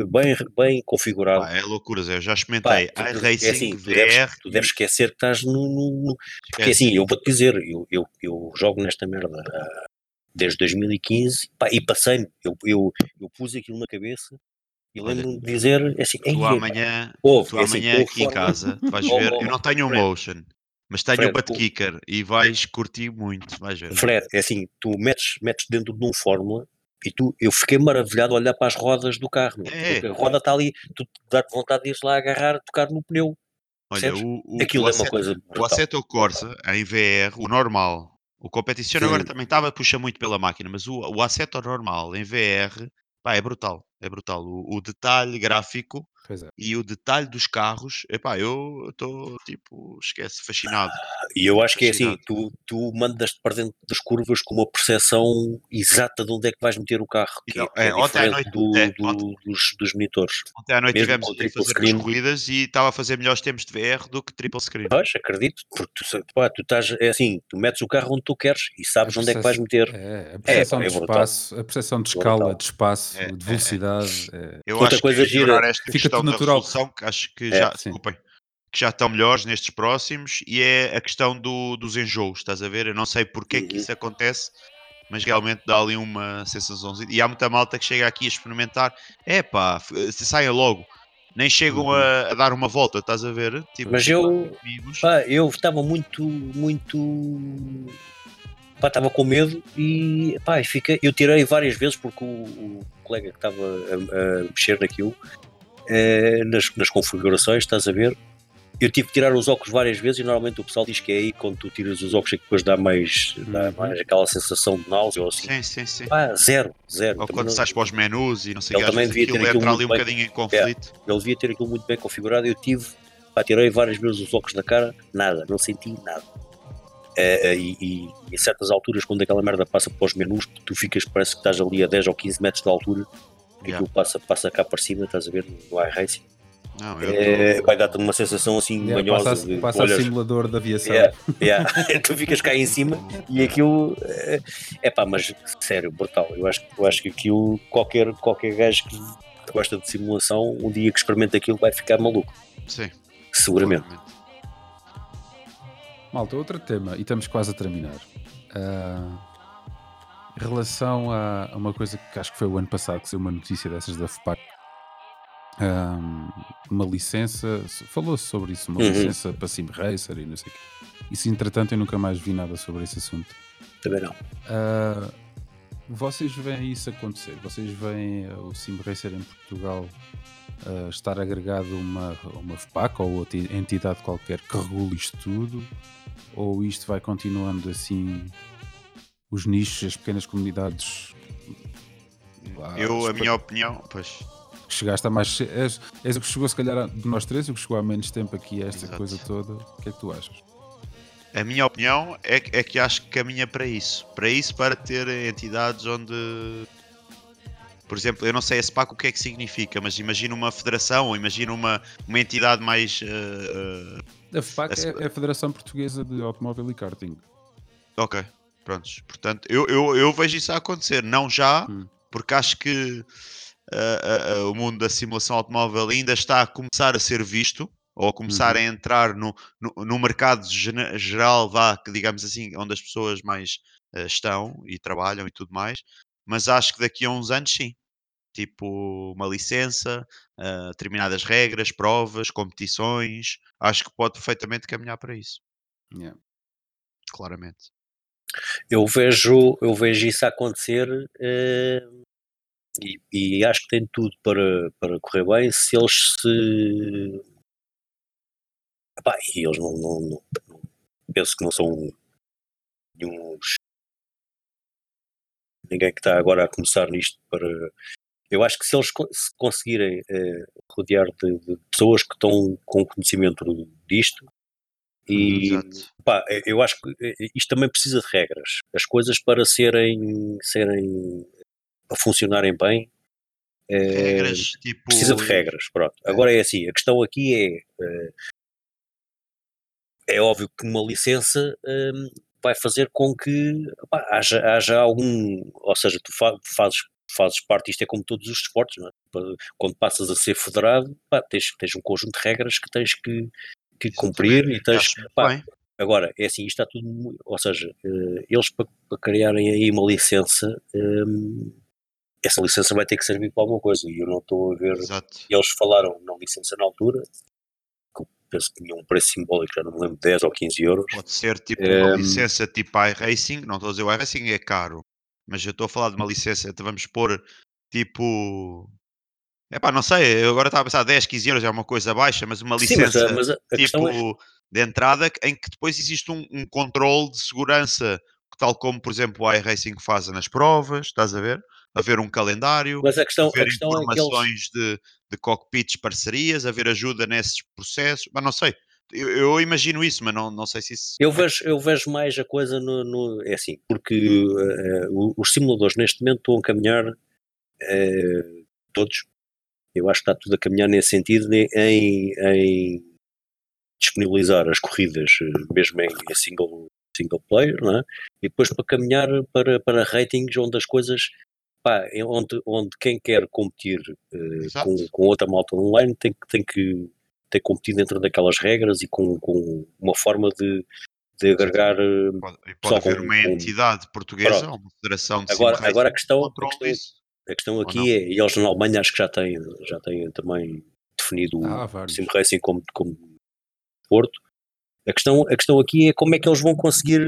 bem configurado, Pá, é loucura, Zé. Eu já pá, experimentei é iRacing, assim, VR tu deves e esquecer que estás porque esquece. assim, eu vou-te dizer, eu jogo nesta merda desde 2015, pá, e passei-me, eu pus aquilo na cabeça e Olha, lembro-me de dizer assim, tu ei, epá, amanhã, ouve, tu é assim, amanhã aqui em casa, tu vais ver, eu não tenho o Fred, motion, mas tenho o Fred, butt kicker e vais curtir muito, vais ver. Fred, é assim, tu metes dentro de um Fórmula e eu fiquei maravilhado a olhar para as rodas do carro, meu, É, porque a roda está ali, tu dá-te vontade de ir lá agarrar, tocar no pneu, olha, percebes? Aquilo é uma coisa O brutal, Assetto brutal. Corsa em VR, o normal, o Competition agora Uhum. também estava, puxa muito pela máquina, mas o Assetto normal em VR, pá, é brutal, é brutal. O detalhe gráfico Pois é. e o detalhe dos carros, epá, eu estou, tipo, esquece, fascinado, E eu acho que é assim, fascinado. tu mandas-te para dentro das curvas com uma percepção exata de onde é que vais meter o carro, E que é ontem à diferente noite, dos monitores. ontem à noite Mesmo estivemos com o aí a triple fazer umas screen, corridas e estava a fazer melhores tempos de VR do que triple screen. pois, acredito, porque pá, tu estás, é assim, tu metes o carro onde tu queres e A sabes onde é que vais percep meter. a É, pá, percepção é de brutal, espaço, a percepção de escala, brutal. de espaço, de É. velocidade, Eu Outra acho que coisa é melhorar gira, esta fica questão tudo da natural. resolução, que acho que é, já, Sim. desculpem, que já estão melhores nestes próximos, e é a questão dos enjoos, estás a ver? Eu não sei porque é que uhum. isso acontece, mas realmente dá ali uma sensação. E há muita malta que chega aqui a experimentar, epá, se saia logo, nem chegam Uhum. a dar uma volta, estás a ver? Tipo, Pois. Mas tenho lá amigos. eu estava muito, pá, estava com medo e, pá, eu tirei várias vezes porque o colega que estava a mexer naquilo, nas configurações, estás a ver? Eu tive que tirar os óculos várias vezes e normalmente o pessoal diz que é aí quando tu tiras os óculos é que depois dá Uhum. mais aquela sensação de náusea ou assim. Sim, sim, sim. Pá, zero. Ou Também quando não, sais para os menus e não sei o ele que, às também vezes devia ter aquilo aquilo entra ali muito um bem. bocadinho em É, conflito. ele devia ter aquilo muito bem configurado. Tirei várias vezes os óculos da cara, nada, não senti nada. E a certas alturas, quando aquela merda passa para os menus, tu parece que estás ali a 10 ou 15 metros de altura, que Yeah. aquilo passa cá para cima, estás a ver, no iRacing. Não, eu estou. Vai dar-te uma sensação assim Yeah, manhosa passa de passa a olhas. simulador de aviação. Yeah. Tu ficas cá em cima e aquilo é pá, mas sério, brutal. Eu acho que aquilo, qualquer gajo que gosta de simulação, um dia que experimenta aquilo vai ficar maluco, Sim, seguramente. claramente. Malta, outro tema, e estamos quase a terminar. Em relação a uma coisa que acho que foi o ano passado que saiu uma notícia dessas da FPAC, uma licença, falou-se sobre isso, uma Uhum, licença para Sim Racer e não sei o quê. Isso, entretanto, eu nunca mais vi nada sobre esse assunto. também não. Ah, vocês veem isso acontecer? Vocês veem o Sim Racer em Portugal estar agregado a uma FPAC ou outra entidade qualquer que regule isto tudo? Ou isto vai continuando assim, os nichos, as pequenas comunidades? A minha opinião, pois, Que chegaste a mais. És o que chegou, se calhar, de nós três, o que chegou há menos tempo aqui a esta exato. coisa toda. O que é que tu achas? A minha opinião é que acho que caminha para isso. Para ter entidades onde, por exemplo, eu não sei a SPAC o que é que significa, mas imagina uma federação ou imagina uma entidade mais. A FPAC a- é a Federação Portuguesa de Automóvel e Karting. Ok, prontos. Portanto, eu vejo isso a acontecer. Não já, Hum. porque acho que o mundo da simulação automóvel ainda está a começar a ser visto, ou a começar a entrar no mercado geral, vá, que digamos assim, onde as pessoas mais estão e trabalham e tudo mais. Mas acho que daqui a uns anos, sim. tipo uma licença, determinadas regras, provas, competições. Acho que pode perfeitamente caminhar para isso, Yeah. claramente. Eu vejo isso acontecer, e acho que tem tudo para correr bem se eles se. Epá, e eles não- penso que não são nenhuns, ninguém que está agora a começar nisto para. Eu acho que se eles se conseguirem rodear de pessoas que estão com conhecimento disto, e Exato. pá, eu acho que isto também precisa de regras. As coisas para serem para funcionarem bem, Regras precisa de tipo. regras, pronto. Agora é assim, a questão aqui é óbvio que uma licença vai fazer com que pá, haja algum, ou seja, tu fazes parte, isto é como todos os esportes, não é? Quando passas a ser federado, pá, tens um conjunto de regras que tens que cumprir Exatamente. e tens, Acho muito pá, bem. agora, é assim, isto está tudo, ou seja, eles para criarem aí uma licença, essa licença vai ter que servir para alguma coisa, e eu não estou a ver, Exato. eles falaram na licença na altura, que eu penso que tinha um preço simbólico, já não me lembro, 10 ou 15 euros. Pode ser tipo uma licença tipo iRacing, não estou a dizer o iRacing é caro, mas eu estou a falar de uma licença, vamos pôr tipo. Epá, não sei, eu agora estava a pensar 10, 15 euros é uma coisa baixa, mas uma Sim, mas, licença mas a questão é, tipo de entrada em que depois existe um controle de segurança, tal como, por exemplo, o iRacing faz nas provas, estás a ver? Haver um calendário, mas a haver questão é que eles, informações de cockpits, parcerias, haver ajuda nesses processos, mas não sei. Eu imagino isso, mas não sei se isso eu é vejo, eu possível. vejo mais a coisa é assim, porque os simuladores neste momento estão a caminhar, todos, eu acho que está tudo a caminhar nesse sentido, em disponibilizar as corridas, mesmo em single player, não é? E depois para caminhar para ratings onde as coisas, pá, onde quem quer competir Exato. com outra malta online tem que competir dentro daquelas regras e com uma forma de agregar Exatamente. E pode pessoal haver uma com entidade portuguesa, pronto. ou uma federação de sim Agora racing que controle isso, a questão ou não? aqui é, e eles na Alemanha acho que já têm também definido Há o sim vários. racing como Porto. A questão aqui é como é que eles vão conseguir,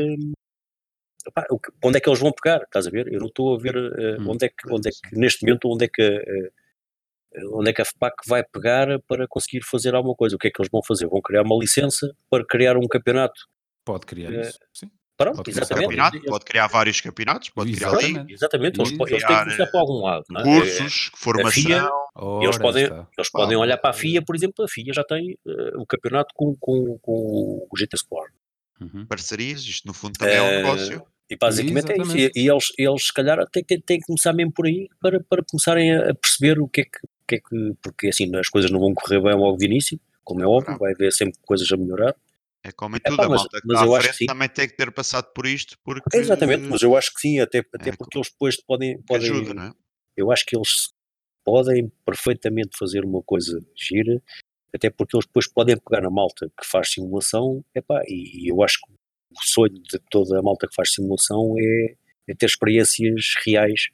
epá, onde é que eles vão pegar, estás a ver? Eu não estou a ver Hum. onde é que neste momento, onde é que a FPAC vai pegar para conseguir fazer alguma coisa. O que é que eles vão fazer? Vão criar uma licença para criar um campeonato. Pode criar eh, isso, sim. Pronto, Pode Um começar por exatamente. aí. campeonato, pode criar vários campeonatos, pode criar Pois, Exatamente. ligas, exatamente, pode eles têm que criar começar por algum lado, não é? cursos, A FIA, formação. eles Ora, aí podem, está. eles Pá, podem olhar para a FIA, por exemplo, a FIA já tem o campeonato com o GT Sport. Uhum. parcerias, isto no fundo também é um negócio. E basicamente é isso. E, Exatamente. e eles se calhar têm que começar mesmo por aí para começarem a perceber o que é que. Porque assim, as coisas não vão correr bem logo de início, como é óbvio, Claro, vai haver sempre coisas a melhorar. é como em tudo, Epá, a mas, malta que mas está à eu acho que frente sim. também tem que ter passado por isto, porque Exatamente, mas eu acho que sim, até é porque eles depois podem, que ajuda, podem. não é? Eu acho que eles podem perfeitamente fazer uma coisa gira, até porque eles depois podem pegar na malta que faz simulação, epá, e eu acho que o sonho de toda a malta que faz simulação é ter experiências reais,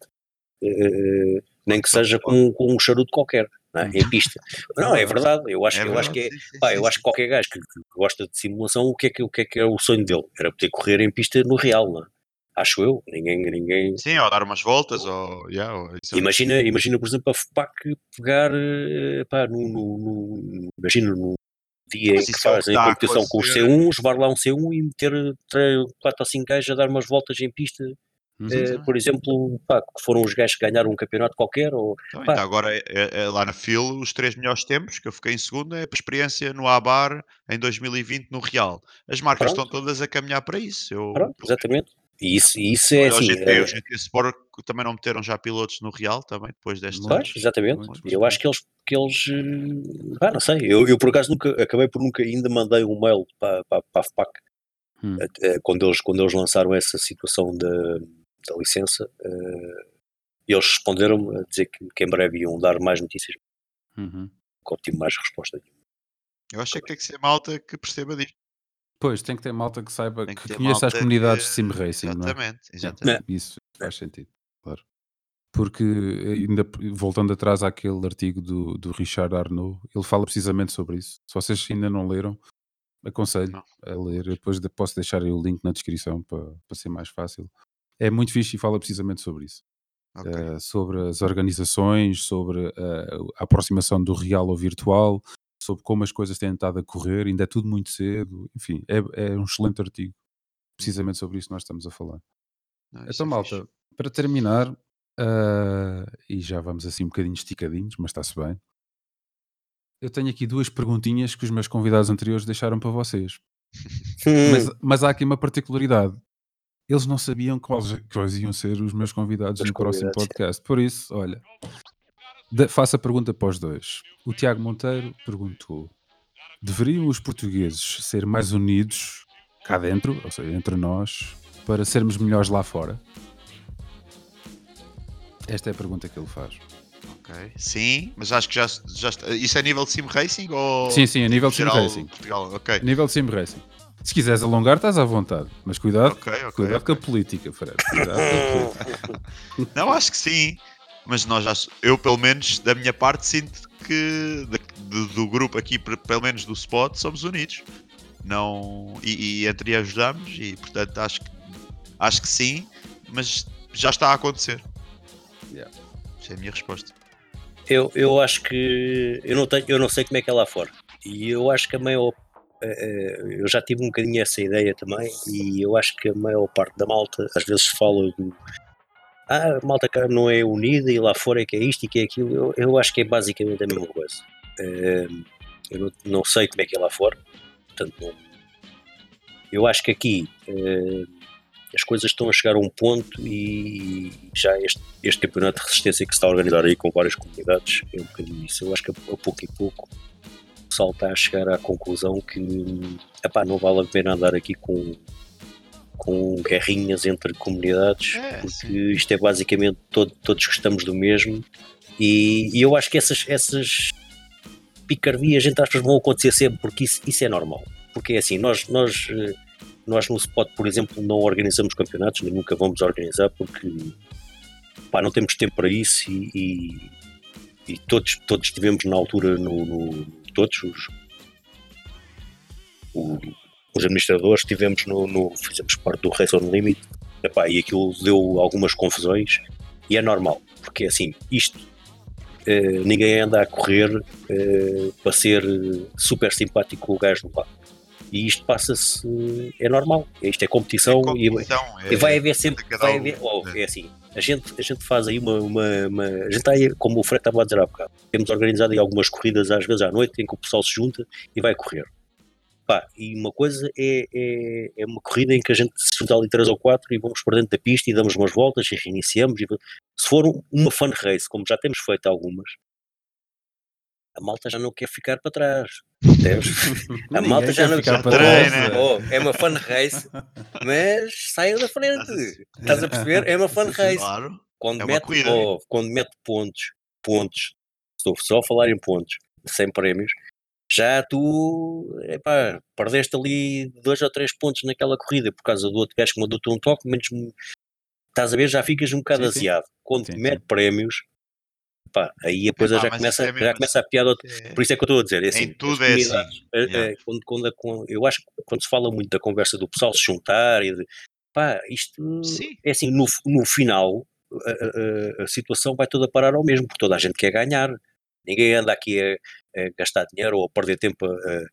nem que Quando seja pode. com um charuto qualquer, não é? Em Uhum. pista. É Não, é verdade. verdade, eu acho, É eu acho verdade, que é, sim, sim, pá, sim, eu acho sim. que qualquer gajo que gosta de simulação, o que é que é o sonho dele? Era poder correr em pista no real, não é? Acho eu, ninguém. Sim, ou dar umas voltas, ou, yeah, exato. Imagina, por exemplo, a FPAC pegar, pá, imagina num dia em Mas que isso é o que fazem a está a competição com os acontecer. C1s, levar lá um C1 e meter 4 ou 5 gajos a dar umas voltas em pista, Sim, Uhum. sim. por exemplo, pá, que foram os gajos que ganharam um campeonato qualquer, ou Então, pá, ainda agora é lá na FIL, os 3 melhores tempos, que eu fiquei em segundo, é a experiência no Abar em 2020 no Real. As marcas estão pronto, todas a caminhar para isso. Eu, pronto, exatamente. E isso é olha, o assim, GT, o GT Sport também não meteram já pilotos no Real, também, depois pois, Muitos, exatamente. muitos, Eu acho muitos. que eles pá, não sei, eu por acaso acabei por nunca ainda mandei um mail para a FPAC, Hum. quando eles lançaram essa situação da licença, eles responderam-me a dizer que em breve iam dar mais notícias, Uhum. que obtive mais resposta. eu acho é que tem que ser malta que perceba disto. Pois, tem que ter malta que saiba, Tem que que ter conheça as malta que. comunidades de sim racing, não é? Exatamente, Yeah, Né? exatamente. isso faz sentido, claro. porque ainda voltando atrás àquele artigo do Richard Arnaud, ele fala precisamente sobre isso. Se vocês ainda não leram, aconselho Não. a ler. Depois posso deixar aí o link na descrição para ser mais fácil. É muito fixe e fala precisamente sobre isso. Ok. Sobre as organizações, sobre a aproximação do real ao virtual, sobre como as coisas têm estado a correr, ainda é tudo muito cedo, enfim, é um excelente artigo, precisamente sobre isso que nós estamos a falar. Não, isso Então, é fixe. malta, para terminar, e já vamos assim um bocadinho esticadinhos, mas está-se bem, eu tenho aqui duas perguntinhas que os meus convidados anteriores deixaram para vocês. Mas há aqui uma particularidade. Eles não sabiam quais iam ser os meus convidados Os no próximo convidados. podcast. Por isso, olha, faço a pergunta para os dois. O Tiago Monteiro perguntou: deveriam os portugueses ser mais unidos cá dentro, ou seja, entre nós, para sermos melhores lá fora? Esta é a pergunta que ele faz. Ok. Sim, mas acho que já está. Isso é nível de sim racing ou. Sim, sim, a nível de sim geral racing. Portugal? Ok. A nível de sim racing. Se quiseres alongar, estás à vontade. Mas cuidado, Ok. cuidado com a política, Fred. Cuidado com a política. Não, acho que sim. Mas eu pelo menos, da minha parte, sinto que do grupo aqui, pelo menos do Spot, somos unidos. Não, e entre ajudamos e portanto acho que sim, mas já está a acontecer. Yeah. Essa é a minha resposta. Eu acho que eu não sei como é que é lá fora, e eu acho que a maior eu já tive um bocadinho essa ideia também, e eu acho que a maior parte da malta às vezes fala do a malta cá não é unida e lá fora é que é isto e que é aquilo. Eu acho que é basicamente a mesma coisa. Eu não sei como é que é lá fora, portanto eu acho que aqui as coisas estão a chegar a um ponto, e já este campeonato de resistência que se está a organizar aí com várias comunidades é um bocadinho isso. Eu acho que a pouco e pouco o pessoal está a chegar à conclusão que não vale a pena andar aqui com guerrinhas entre comunidades, porque Sim. isto é basicamente todos gostamos do mesmo, e eu acho que essas picardias entre aspas vão acontecer sempre, porque isso é normal, porque é assim, nós no Spot, por exemplo, não organizamos campeonatos, nem nunca vamos organizar, porque não temos tempo para isso, e todos estivemos na altura todos os administradores estivemos fizemos parte do Race on Limit, e aquilo deu algumas confusões, e é normal, porque assim, isto ninguém anda a correr para ser super simpático com o gajo do lado. E isto passa-se, é normal, isto é competição, e vai haver sempre, é assim, a gente faz aí a gente está aí, como o Fred estava a dizer há bocado, temos organizado aí algumas corridas às vezes à noite, em que o pessoal se junta e vai correr. E uma coisa é uma corrida em que a gente se junta ali 3 ou 4 e vamos para dentro da pista e damos umas voltas e reiniciamos, se for uma fun race, como já temos feito algumas, a malta já não quer ficar para trás. A malta já não quer ficar para trás. É uma fun race, mas saiam da frente. Estás a perceber? É uma fun race. Claro. Quando É mete pontos, estou só a falar em pontos, sem prémios, já tu perdeste ali 2 ou 3 pontos naquela corrida por causa do outro gajo que mandou-te um toque, menos estás a ver, já ficas um bocado aziado. Quando mete prémios, aí a coisa já começa a piada. Por isso é que eu estou a dizer, é assim, em tudo é assim. Eu acho que quando se fala muito da conversa do pessoal se juntar e isto é assim, no final a situação vai toda parar ao mesmo, porque toda a gente quer ganhar. Ninguém anda aqui a gastar dinheiro ou a perder tempo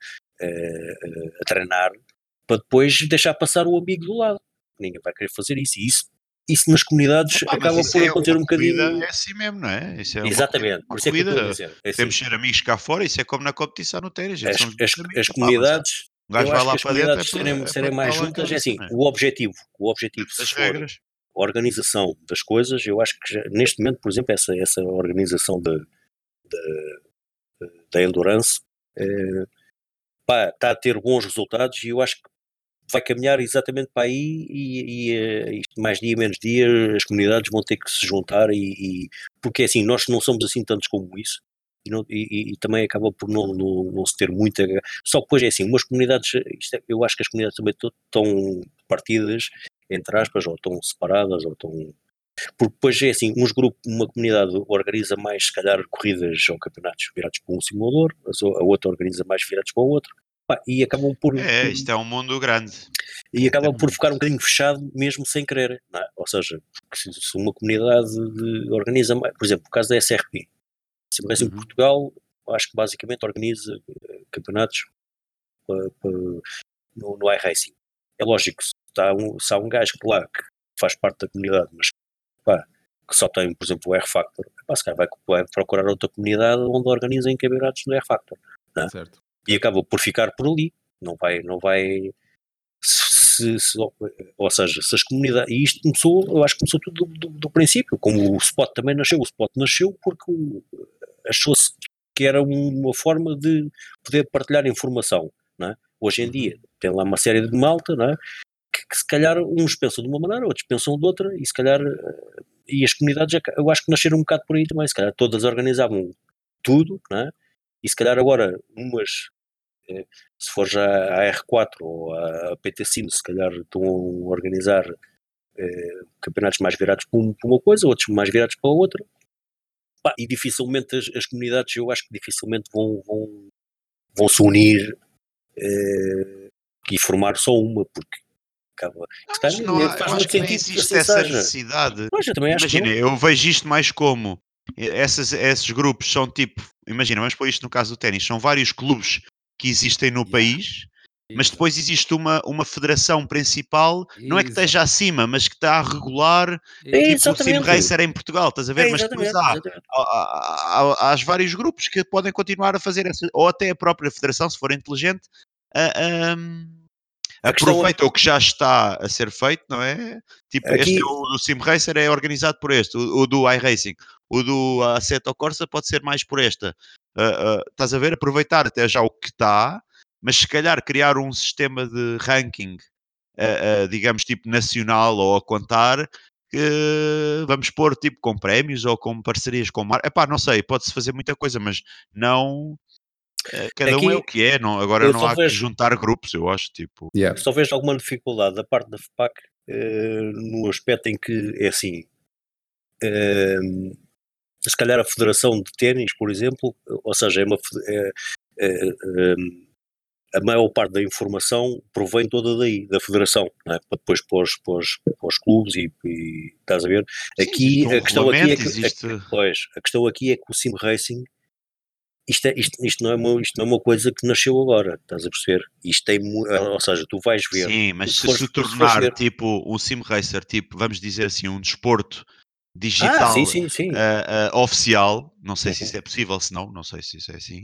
a treinar para depois deixar passar o amigo do lado. Ninguém vai querer fazer isso, e isso nas comunidades acaba por acontecer um bocadinho. É assim mesmo, não é? Isso é exatamente, por isso é que eu estou a dizer. Temos de ser amigos cá fora, isso é como na competição no ténis. As comunidades, eu acho que as comunidades serem mais juntas, é assim, o objetivo se for a organização das coisas, eu acho que neste momento, por exemplo, essa organização da Endurance está a ter bons resultados, e eu acho que vai caminhar exatamente para aí, e mais dia menos dia as comunidades vão ter que se juntar, porque assim, nós não somos assim tantos como isso, e também acaba por não se ter muita, só que depois é assim, umas comunidades, eu acho que as comunidades também estão partidas, entre aspas, ou estão separadas, ou estão Porque depois é assim, uma comunidade organiza mais, se calhar, corridas ou campeonatos virados para um simulador, a outra organiza mais virados para o outro, pá, e acabam Isto é um mundo grande. e acabam por ficar um bocadinho fechado mesmo sem querer, não é? Ou seja, se uma comunidade organiza mais, por exemplo, o caso da SRP, Sim Racing Uhum. Portugal, acho que basicamente organiza campeonatos no iRacing. É lógico, se há um gajo que lá que faz parte da comunidade, mas pá, que só tem, por exemplo, o R-Factor, pá, se calhar vai procurar outra comunidade onde organizem campeonatos no R-Factor, não é? Certo. E acaba por ficar por ali, não vai ou seja, se as comunidades, e isto começou, eu acho que começou tudo do princípio, como o Spot também nasceu, o Spot nasceu porque achou-se que era uma forma de poder partilhar informação, não é? Hoje em dia tem lá uma série de malta, não é? Que se calhar uns pensam de uma maneira, outros pensam de outra, e se calhar, e as comunidades eu acho que nasceram um bocado por aí também, se calhar todas organizavam tudo, não é? E se calhar agora umas, se for já a R4 ou a PT Sim, se calhar estão a organizar campeonatos mais virados para uma coisa, outros mais virados para outra. Pá, e dificilmente as comunidades, eu acho que dificilmente vão se unir e formar só uma, porque acaba. Se Mas calhar não há, faz eu acho muito que nem sentido que existe assim essa seja. necessidade. Mas eu também acho que Imagina, não. eu vejo isto mais como esses grupos são tipo, imagina, vamos pôr isto no caso do ténis, são vários clubes que existem no país, mas depois existe uma federação principal, não é que Exato. esteja acima, mas que está a regular, tipo o Sim Exatamente. Racer em Portugal, estás a ver? Mas depois Exatamente. há vários grupos que podem continuar a fazer essa, ou até a própria federação, se for inteligente, A questão aproveita o que já está a ser feito, não é? Tipo, este aqui, é o do Sim Racer é organizado por este, o do iRacing. O do Assetto Corsa pode ser mais por esta. Estás a ver? Aproveitar até já o que está, mas se calhar criar um sistema de ranking, digamos, tipo nacional ou a contar, que vamos pôr tipo com prémios ou com parcerias com marcas. Epá, não sei, pode-se fazer muita coisa, mas não. Cada um é o aqui que é, não, agora eu não só há que vejo, juntar grupos, eu acho, tipo. Yeah. só vejo alguma dificuldade da parte da FPAC no aspecto em que é assim. eh, Se calhar a Federação de Ténis, por exemplo, ou seja, a maior parte da informação provém toda daí, da Federação, não é? Para depois para os clubes e estás a ver? Sim, existe um A questão aqui é regulamento, que, existe. a questão aqui é que o Sim Racing, isto não é uma coisa que nasceu agora, estás a perceber? Ou seja, tu vais ver, Sim, mas se se fores tornar ver, tipo um sim racer, tipo, vamos dizer assim, um desporto digital sim. oficial, não sei se Uhum. isso é possível, se não, não sei se isso é assim.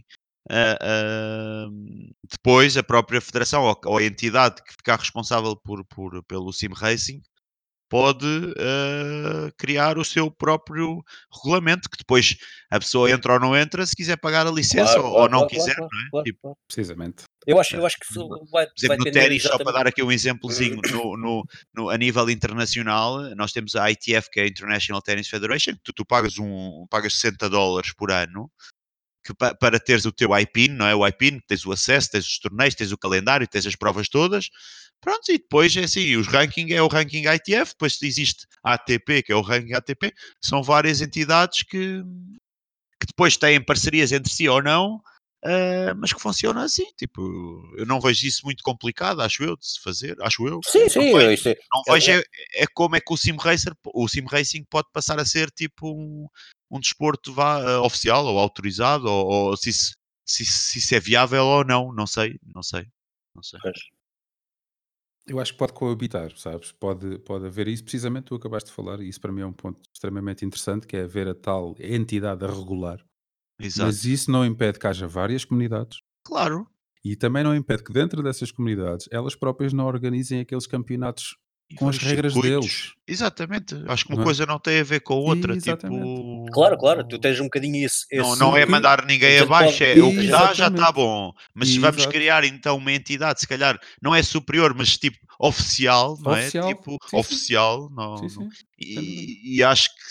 Depois a própria federação ou a entidade que ficar responsável pelo sim racing pode criar o seu próprio regulamento, que depois a pessoa entra ou não entra, se quiser pagar a licença ou não quiser, não é? Tipo, Claro. Precisamente. Eu eh, acho que isso vai, por exemplo, vai no depender ténis, só para exatamente. dar aqui um exemplozinho, a nível internacional, nós temos a ITF, que é a International Tennis Federation, que tu pagas $60 por ano para teres o teu IPIN, não é? O IPIN, tens o acesso, tens os torneios, tens o calendário, tens as provas todas. Pronto, e depois é assim, os ranking é o ranking ITF, depois existe a ATP, que é o ranking ATP, são várias entidades que depois têm parcerias entre si ou não, mas que funcionam assim. Tipo, eu não vejo isso muito complicado, acho eu, de se fazer, acho eu. Sim, Não sim, vejo, isso não vejo é como é que o Sim Racing pode passar a ser tipo um desporto oficial ou autorizado, ou se isso é viável ou não, não sei, não sei, não sei. Eu acho que pode coabitar, sabes? Pode haver isso, precisamente tu acabaste de falar, e isso para mim é um ponto extremamente interessante, que é haver a tal entidade a regular. Mas Exato. isso não impede que haja várias comunidades Claro. e também não impede que dentro dessas comunidades elas próprias não organizem aqueles campeonatos E com as vários regras deles, circuitos. Exatamente. Acho que uma não é? coisa não tem a ver com a outra. Exatamente. Tipo, claro, tu tens um bocadinho não é Porque mandar a ninguém gente pode, abaixo, é o a que gente, está já está exatamente. bom. Mas se vamos Exato. criar então uma entidade, se calhar não é superior, mas tipo oficial, não é? Oficial. Tipo Sim, sim. oficial, Sim, não, sim. Sem dúvida. e acho que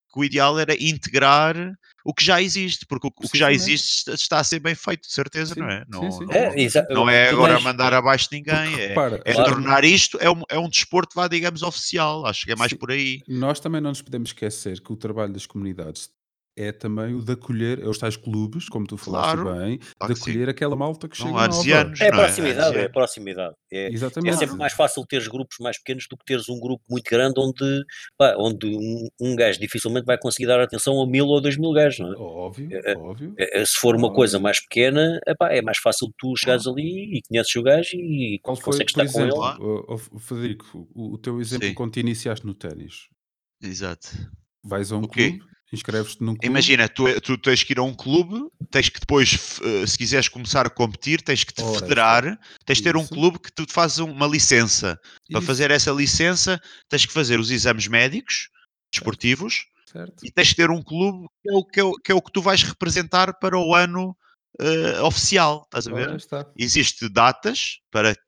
que o ideal era integrar o que já existe, porque o que já Precisamente. existe está a ser bem feito, de certeza, Sim, não é? sim, sim. Não é Tu agora tens- mandar abaixo ninguém, Porque é, repara, é Claro. tornar isto é um desporto, vá, digamos, oficial. Acho que é mais Sim. por aí. Nós também não nos podemos esquecer que o trabalho das comunidades é também o de acolher, os tais clubes, como tu falaste Claro, bem, claro de que sim. acolher aquela malta que Não, chega há nova. anos, É a não é? Há proximidade, é a anos. proximidade. É Exatamente. sempre mais fácil teres grupos mais pequenos do que teres um grupo muito grande onde um gajo dificilmente vai conseguir dar atenção a 1000 ou 2000 gajos, não é? Óbvio, óbvio. Se for uma coisa Óbvio. mais pequena, epá, é mais fácil tu chegares ali e conheces o gajo e Qual foi, consegues por estar com ele. exemplo, Claro. Frederico, o teu exemplo Sim, quando te iniciaste no ténis? exato. Vais a um O quê? clube, inscreves-te num clube. Imagina, tu tens que ir a um clube, tens que depois, se quiseres começar a competir, tens que te Ora, federar, tens de ter um Isso, clube que tu fazes uma licença. Para isso, fazer essa licença, tens que fazer os exames médicos, certo, desportivos, certo. e tens de ter um clube que é o que tu vais representar para o ano oficial, estás a Ora ver? está. Existem datas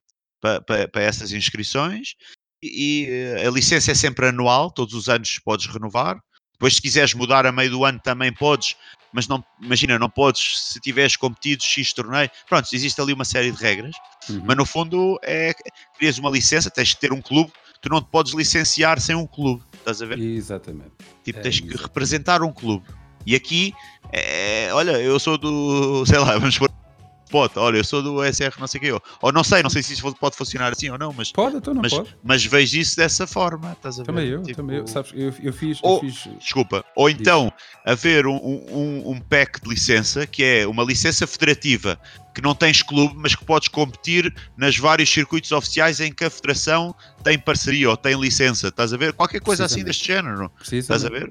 para essas inscrições a licença é sempre anual, todos os anos podes renovar. Depois, se quiseres mudar a meio do ano, também podes, mas não, imagina, não podes se tiveres competido X torneio. Pronto, existe ali uma série de regras, mas Uhum. no fundo crias uma licença, tens que ter um clube, tu não te podes licenciar sem um clube, estás a ver? Exatamente. Tipo, É, tens que exatamente. representar um clube. E aqui, olha, eu sou do, sei lá, vamos pôr olha, eu sou do SR não sei o quê, ou não sei se isso pode funcionar assim ou não, mas, Pode, então não mas, pode. mas vejo isso dessa forma, estás a ver? Também eu. Sabes, eu fiz. Ou, desculpa, ou Diz. então haver um pack de licença, que é uma licença federativa, que não tens clube, mas que podes competir nos vários circuitos oficiais em que a federação tem parceria ou tem licença, estás a ver? Qualquer coisa assim deste género, estás a ver?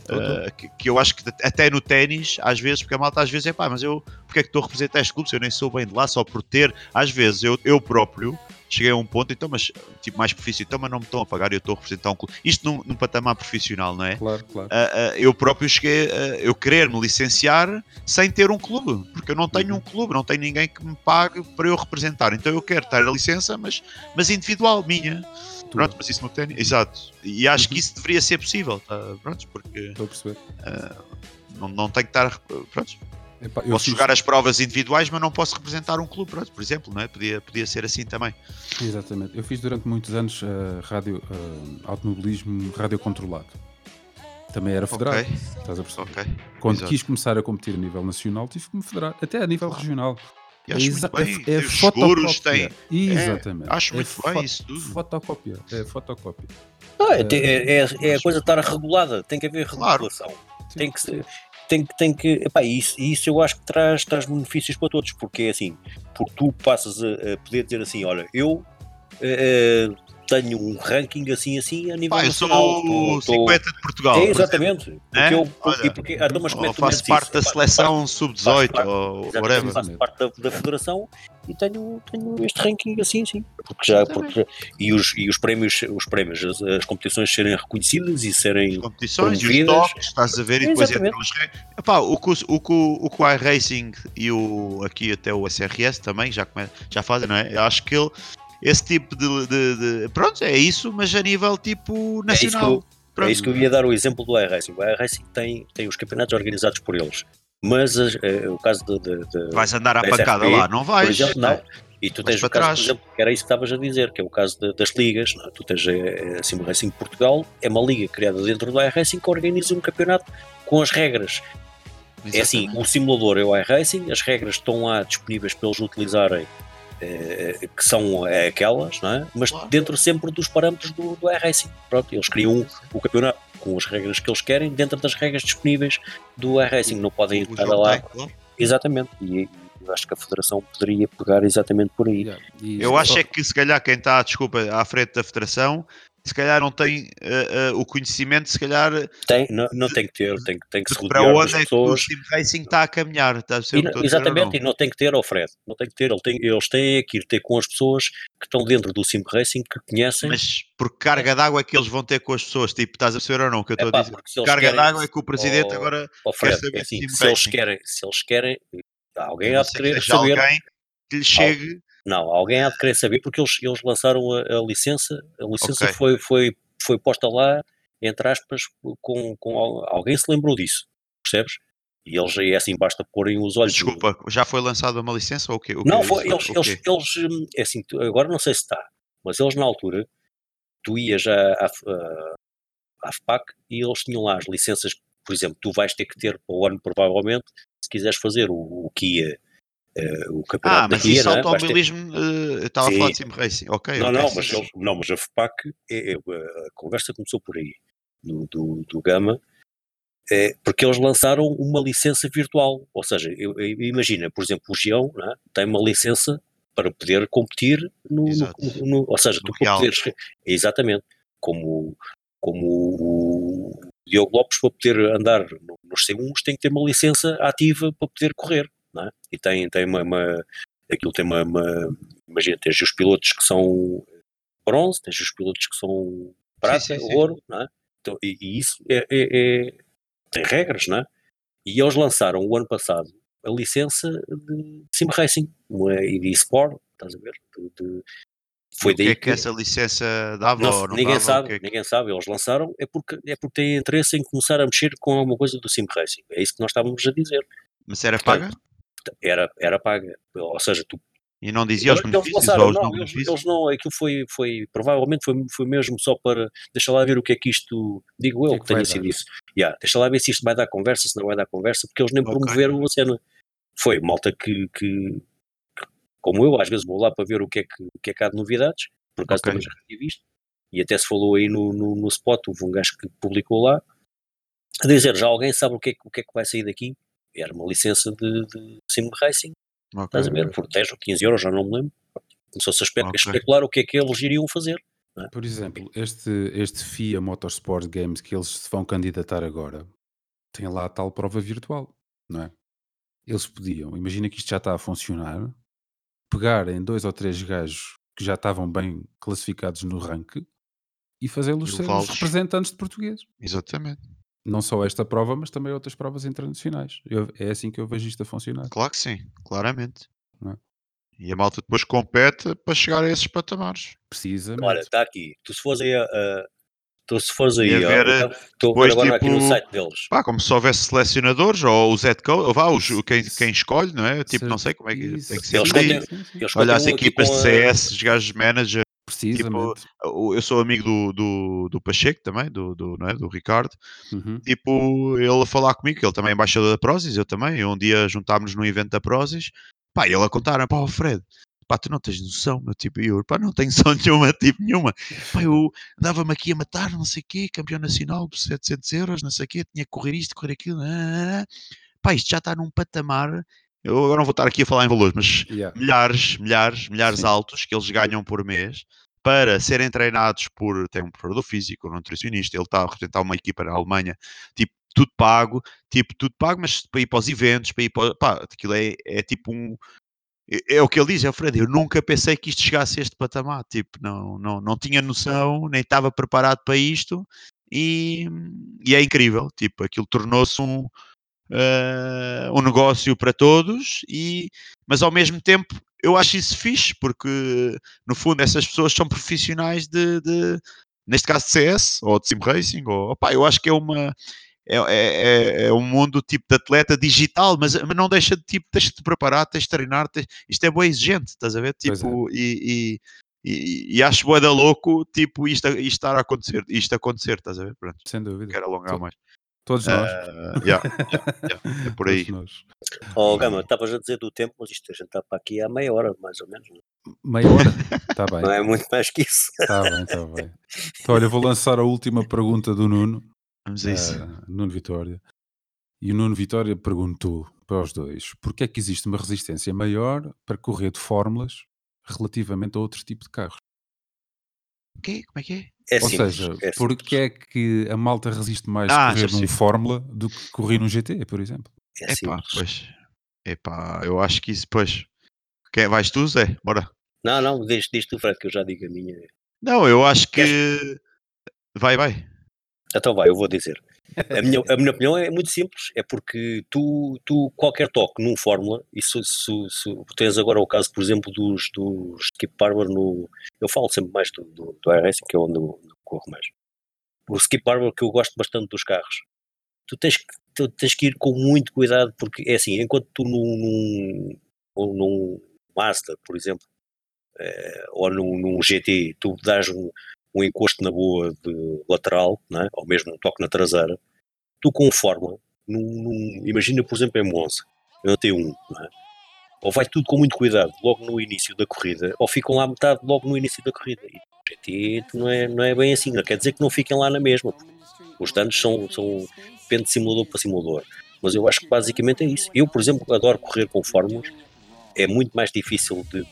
Que eu acho que até no ténis, às vezes, porque a malta às vezes é pá, mas porque é que estou a representar este clube se eu nem sou bem de lá, só por ter, às vezes eu próprio cheguei a um ponto, então, mas tipo mais profissional, então, mas não me estão a pagar e eu estou a representar um clube, isto num patamar profissional, não é? Claro. Eu próprio cheguei a eu querer me licenciar sem ter um clube, porque eu não tenho um clube, não tenho ninguém que me pague para eu representar, então eu quero ter a licença, mas individual, minha. Pronto, mas isso não tem. Exato. E acho que isso deveria ser possível, tá? Pronto, porque Estou a perceber. não tem que estar. Pronto. Epá, Posso jogar as provas individuais, mas não posso representar um clube, pronto, por exemplo, não é? Podia ser assim também. Exatamente. Eu fiz durante muitos anos automobilismo rádio controlado. Também era federado. Ok. Estás a perceber? Ok. Quando Exato. quis começar a competir a nível nacional, tive que me federar. Até a nível regional. E acho muito bem. É Tem os seguros, fotocópia. tem. Exatamente. Acho muito bem isso tudo. Fotocópia. É fotocópia. É a coisa de estar regulada, tem que haver Claro. regulação. Sim. Tem que ser. Tem que. Epá, isso eu acho que traz benefícios para todos, porque é assim, porque tu passas a poder dizer assim, olha, eu tenho um ranking assim a nível Eu nacional. sou 50 de Portugal. Exatamente. Porque Olha, mas como é ou que tu metes faço parte isso? da seleção sub-18 ou Exatamente, whatever. faço parte da federação e tenho este ranking assim, sim. E os prémios, as competições serem reconhecidas e serem As competições e os promovidas. toques, estás a ver, e depois entram os Epá, o que o iRacing e aqui até o SRS também já fazem, não é? Eu acho que esse tipo de pronto, é isso, mas a nível tipo nacional. É isso que eu ia dar o exemplo do iRacing. O iRacing tem os campeonatos organizados por eles, mas o caso vais andar à da pancada SRP, lá, não vais? por exemplo, não. E tu tens o caso, por exemplo, que era isso que estavas a dizer, que é o caso das ligas. Não? Tu tens a Sim Racing Portugal, é uma liga criada dentro do iRacing que organiza um campeonato com as regras. Exatamente. É assim, o simulador é o iRacing, as regras estão lá disponíveis para eles utilizarem, que são aquelas, não é? Mas dentro sempre dos parâmetros do iRacing. Pronto, eles criam o campeonato com as regras que eles querem dentro das regras disponíveis do iRacing, não podem entrar lá. Exatamente, e eu acho que a Federação poderia pegar exatamente por aí. Eu acho que se calhar quem está, à frente da Federação, se calhar não tem o conhecimento, se calhar... Não tem que ter, tem que se rodear para onde das pessoas. É que o Sim Racing está a caminhar, está a ser exatamente, e não tem que ter, Fred, não tem que ter, eles têm que ir ter com as pessoas que estão dentro do Sim Racing, que conhecem. Mas por carga d'água é que eles vão ter com as pessoas, tipo, estás a perceber ou não, o que eu estou a dizer? Carga d'água é que o Presidente agora Fred, quer saber assim, se eles querem, alguém há de querer saber. Alguém que lhe chegue... Não, alguém há de querer saber, porque eles lançaram a licença Okay. foi posta lá entre aspas, alguém se lembrou disso, percebes? E eles aí assim basta porem os olhos. Desculpa, já foi lançada uma licença ou o quê? Não, foi, é assim, agora não sei se está, mas eles na altura, tu ias à FPAC e eles tinham lá as licenças, por exemplo, tu vais ter que ter para o ano provavelmente, se quiseres fazer o Kia, o campeonato da mas Kia, isso não é? automobilismo, eu estava a falar de sim racing. Ok, Não, ok. mas a FPAC, a conversa começou por aí, do Gama, porque eles lançaram uma licença virtual, ou seja, imagina, por exemplo, o Geão, não é? Tem uma licença para poder competir Exato. ou seja, No tu para real. poderes, exatamente, como o Diogo Lopes para poder andar nos C1s tem que ter uma licença ativa para poder correr, não é? E tem aquilo tem imagina, tens os pilotos que são bronze, tens os pilotos que são prata, Sim. ouro, não é? Então, e isso tem regras, não é? E eles lançaram o ano passado a licença de Sim Racing e de eSport, estás a ver? E o que daí é que essa licença dava ou não ninguém dava? sabe, ninguém sabe, eles lançaram, é porque têm interesse em começar a mexer com alguma coisa do Sim Racing, é isso que nós estávamos a dizer. Mas era Portanto, paga? era paga, ou seja, tu E não dizia os eles benefícios lançaram, ou os não não, benefícios? eles não, aquilo provavelmente foi mesmo só para, deixa lá ver o que é que isto, digo eu é que que vai tenha sido dar? isso, deixa lá ver se isto vai dar conversa, se não vai dar conversa, porque eles nem Ok. promoveram a cena, foi malta que, como eu, às vezes vou lá para ver o que é que há de novidades, por acaso Ok. também já tinha visto, e até se falou aí no spot, houve um gajo que publicou lá, a dizer, já alguém sabe o que é que vai sair daqui? Era uma licença de Sim Racing, Ok. estás a ver, por 10 ou 15 euros, já não me lembro, começou-se a Ok. especular o que é que eles iriam fazer. Não é? Por exemplo, este FIA Motorsport Games que eles se vão candidatar agora, tem lá a tal prova virtual, não é? Eles podiam, imagina que isto já está a funcionar, pegarem 2 ou 3 gajos que já estavam bem classificados no ranking e fazê-los E ser os levá-los. representantes de portugueses. Exatamente. Não só esta prova, mas também outras provas internacionais. É assim que eu vejo isto a funcionar, Claro que sim, claramente. não é? E a malta depois compete para chegar a esses patamares. Olha, Precisamente. está aqui, tu se fores aí, E a ver estou a ver depois, agora aqui no tipo, site deles. pá, como se houvesse selecionadores ou os head coach, ou vá, quem Isso, escolhe, não é? Tipo, não sei como é que tem isso, que ser Eles, por aí. eles Olha as continuam aqui equipas com de CS, os gajos de manager. Tipo, precisamente. eu sou amigo do Pacheco também, não é? Do Ricardo. Uhum. Tipo, ele a falar comigo, que ele também é embaixador da Prozis, eu também. E um dia juntámos-nos num evento da Prozis. Pá, ele a contar, pá, Fred, pá, tu não tens noção, meu tipo, e eu, pá, não tenho noção nenhuma, tipo, nenhuma. Pá, eu andava-me aqui a matar, não sei o quê, campeão nacional por 700 euros, não sei o quê, tinha que correr isto, correr aquilo. Pá, isto já está num patamar. Eu agora não vou estar aqui a falar em valores, mas Yeah. milhares Sim. altos que eles ganham por mês para serem treinados tem um preparador físico, um nutricionista, ele está a representar uma equipa na Alemanha, tipo, tudo pago, mas para ir para os eventos, para ir para, pá, aquilo é tipo é o que ele diz, é o Fred, eu nunca pensei que isto chegasse a este patamar, tipo, não tinha noção, nem estava preparado para isto, e é incrível, tipo, aquilo tornou-se um negócio para todos, mas ao mesmo tempo eu acho isso fixe, porque no fundo essas pessoas são profissionais neste caso de CS ou de Sim Racing, opá, eu acho que é um mundo tipo de atleta digital, mas não deixa de tipo, tens de te preparar, tens de treinar, isto é bem exigente, estás a ver? Pois é, Tipo, e acho bué da louco tipo, estar a acontecer, isto acontecer, estás a ver? Pronto, sem não dúvida. quero alongar mais. Todos nós. É por Todos aí. nós. Oh, Gama, E... estavas a dizer do tempo, mas isto a gente está para aqui há meia hora, mais ou menos. Meia hora? Está bem, Não é muito mais que isso. está bem, está bem. Então, olha, vou lançar a última pergunta do Nuno, Vamos a isso. Nuno Vitória. E o Nuno Vitória perguntou para os dois: porque é que existe uma resistência maior para correr de fórmulas relativamente a outros tipos de carros? O quê? Como é que é? É Ou simples, seja, é porque simples, é que a malta resiste mais Já correr num percebi. Fórmula do que correr num GT, por exemplo? é Epá, simples. pois. Epá, eu acho que isso, pois. Vais tu, Zé? Bora. Não, diz tu, Fred, que eu já digo a minha. Não, eu acho Queres? que... Vai. Então vai, eu vou dizer. A minha opinião é muito simples, é porque tu qualquer toque num Fórmula, e se tens agora o caso, por exemplo, dos Skip Barber no... Eu falo sempre mais do RS, que é onde eu corro mais. o Skip Barber, que eu gosto bastante dos carros, tu tens que ir com muito cuidado, porque é assim, enquanto tu num Mazda, por exemplo, ou num GT, tu dás um encosto na boa de lateral, não é? Ou mesmo um toque na traseira, tu com Fórmula, imagina por exemplo em Monza, eu tenho não é? Ou vai tudo com muito cuidado logo no início da corrida, ou ficam lá metade logo no início da corrida. E no GT não é bem assim, não quer dizer que não fiquem lá na mesma. Os danos depende de simulador para simulador. Mas eu acho que basicamente é isso. Eu, por exemplo, adoro correr com fórmulas, é muito mais difícil de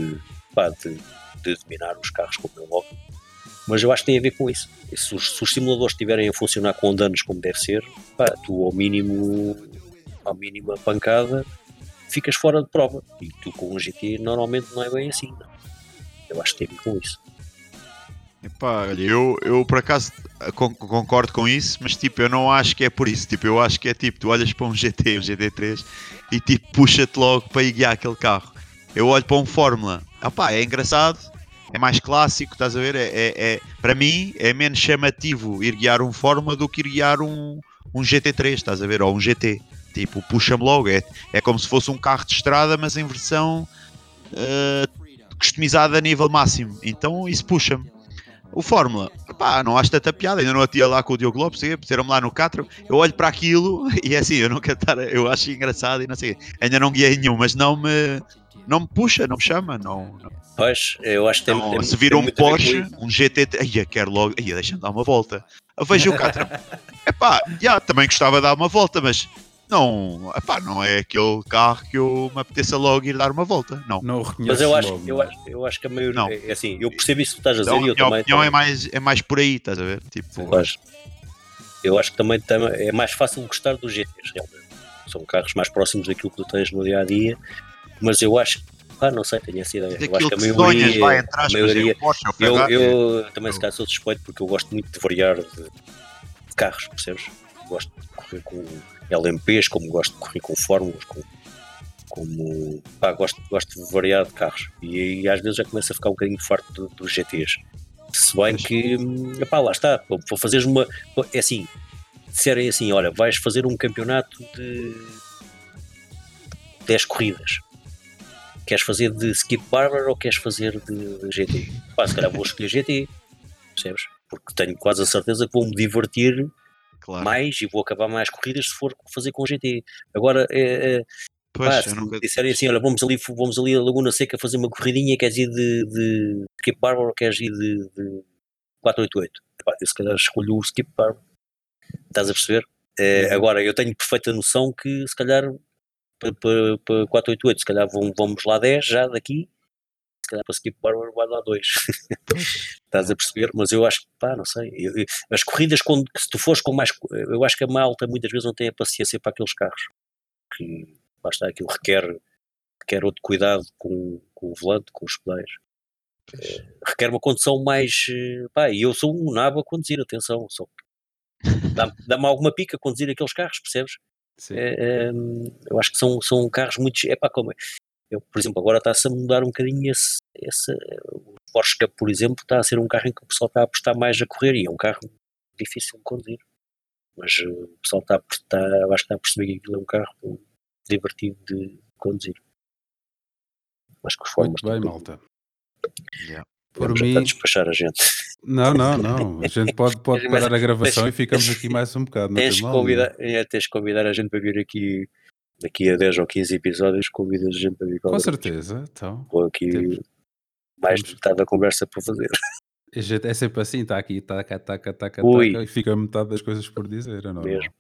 dominar os carros, como é logo. Mas eu acho que tem a ver com isso. E se os simuladores estiverem a funcionar com danos como deve ser, tu à mínima pancada ficas fora de prova. E tu com um GT normalmente não é bem assim. Não. Eu acho que tem a ver com isso. Epá, olha, eu por acaso concordo com isso, mas tipo, eu não acho que é por isso. Tipo, eu acho que é tipo, tu olhas para um GT, um GT3 e tipo, puxa-te logo para ir guiar aquele carro. Eu olho para um Fórmula, é engraçado, é mais clássico, estás a ver? Para mim é menos chamativo ir guiar um Fórmula do que ir guiar um GT3, estás a ver? Ou um GT. Tipo, puxa-me logo, é como se fosse um carro de estrada, mas em versão customizada a nível máximo. Então isso puxa-me. O Fórmula, não acho tanta piada, ainda não atia lá com o Diogo Lopes, puseram-me lá no 4, eu olho para aquilo e é assim, eu acho engraçado e não sei, ainda não guiei nenhum, mas não me puxa, não me chama, não. Pois, eu acho que tem se vir um Porsche, um GT, quero logo, deixa-me dar uma volta, eu vejo o Caterham, também gostava de dar uma volta, mas não é aquele carro que eu me apeteça logo ir dar uma volta, não. Não o reconheço. Mas logo, eu acho que a maioria, não. é assim, eu percebo isso que tu estás a dizer, Então, e eu também. Opinião é mais por aí, estás a ver? Tipo, eu acho que também é mais fácil gostar dos GTs, realmente. São carros mais próximos daquilo que tu tens no dia a dia, mas eu acho que, não sei, tenho essa ideia. Eu acho que a maioria, eu também se calhar sou suspeito porque eu gosto muito de variar de carros, percebes? Gosto de correr com LMPs, como gosto de correr com fórmulas, gosto de variar de carros e às vezes já começo a ficar um bocadinho farto dos GTs. Se bem que, lá está, para fazeres é assim, disserem assim, olha, vais fazer um campeonato de 10 corridas, queres fazer de Skip Barber ou queres fazer de GT? Se calhar vou escolher GT, percebes? Porque tenho quase a certeza que vou-me divertir mais e vou acabar mais corridas se for fazer com GT. Agora, se disserem assim, olha, vamos ali a Laguna Seca fazer uma corridinha, queres ir de Skip Barber ou queres ir de 488? Eu se calhar escolho o Skip Barber. Estás a perceber? Agora, eu tenho perfeita noção que se calhar para 488, se calhar vamos lá 10 já daqui, se calhar para Skip Barber vai lá 2. Estás a perceber? Mas eu acho que, não sei, as corridas, se tu fores com mais, eu acho que a malta muitas vezes não tem a paciência para aqueles carros, que lá está, aquilo requer outro cuidado com o volante, com os pedais, requer uma condução mais, e eu sou um nabo a conduzir, atenção, só dá-me alguma pica a conduzir aqueles carros, percebes? Eu acho que são carros muito, como eu, por exemplo, agora está-se a mudar um bocadinho o Porsche Cup, por exemplo, está a ser um carro em que o pessoal está a apostar mais a correr e é um carro difícil de conduzir, mas o pessoal acho que está a perceber que aquilo é um carro divertido de conduzir. Mas que muito bem, malta. Por mim, despachar a gente. Não. A gente pode parar a gravação e ficamos aqui mais um bocado. Tens de convidar a gente para vir aqui daqui a 10 ou 15 episódios, convidas a gente para vir. Com certeza. Então, vou aqui mais de metade da conversa para fazer. A gente é sempre assim, está aqui, taca, e fica metade das coisas por dizer, é normal. Mesmo.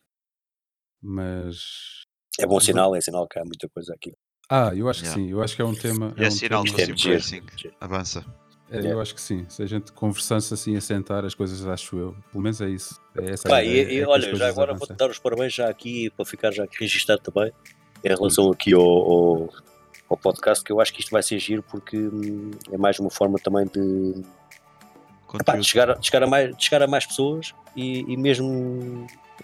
Mas é bom sinal, é sinal que há muita coisa aqui. Eu acho que sim, eu acho que é um tema. É sinal que assim, avança. Eu acho que sim, se a gente conversasse assim a sentar as coisas, acho eu, pelo menos é isso. É essa olha, já agora vou-te dar os parabéns já aqui, para ficar já aqui registado também, em relação aqui ao podcast, que eu acho que isto vai ser giro, porque é mais uma forma também de chegar a mais pessoas e mesmo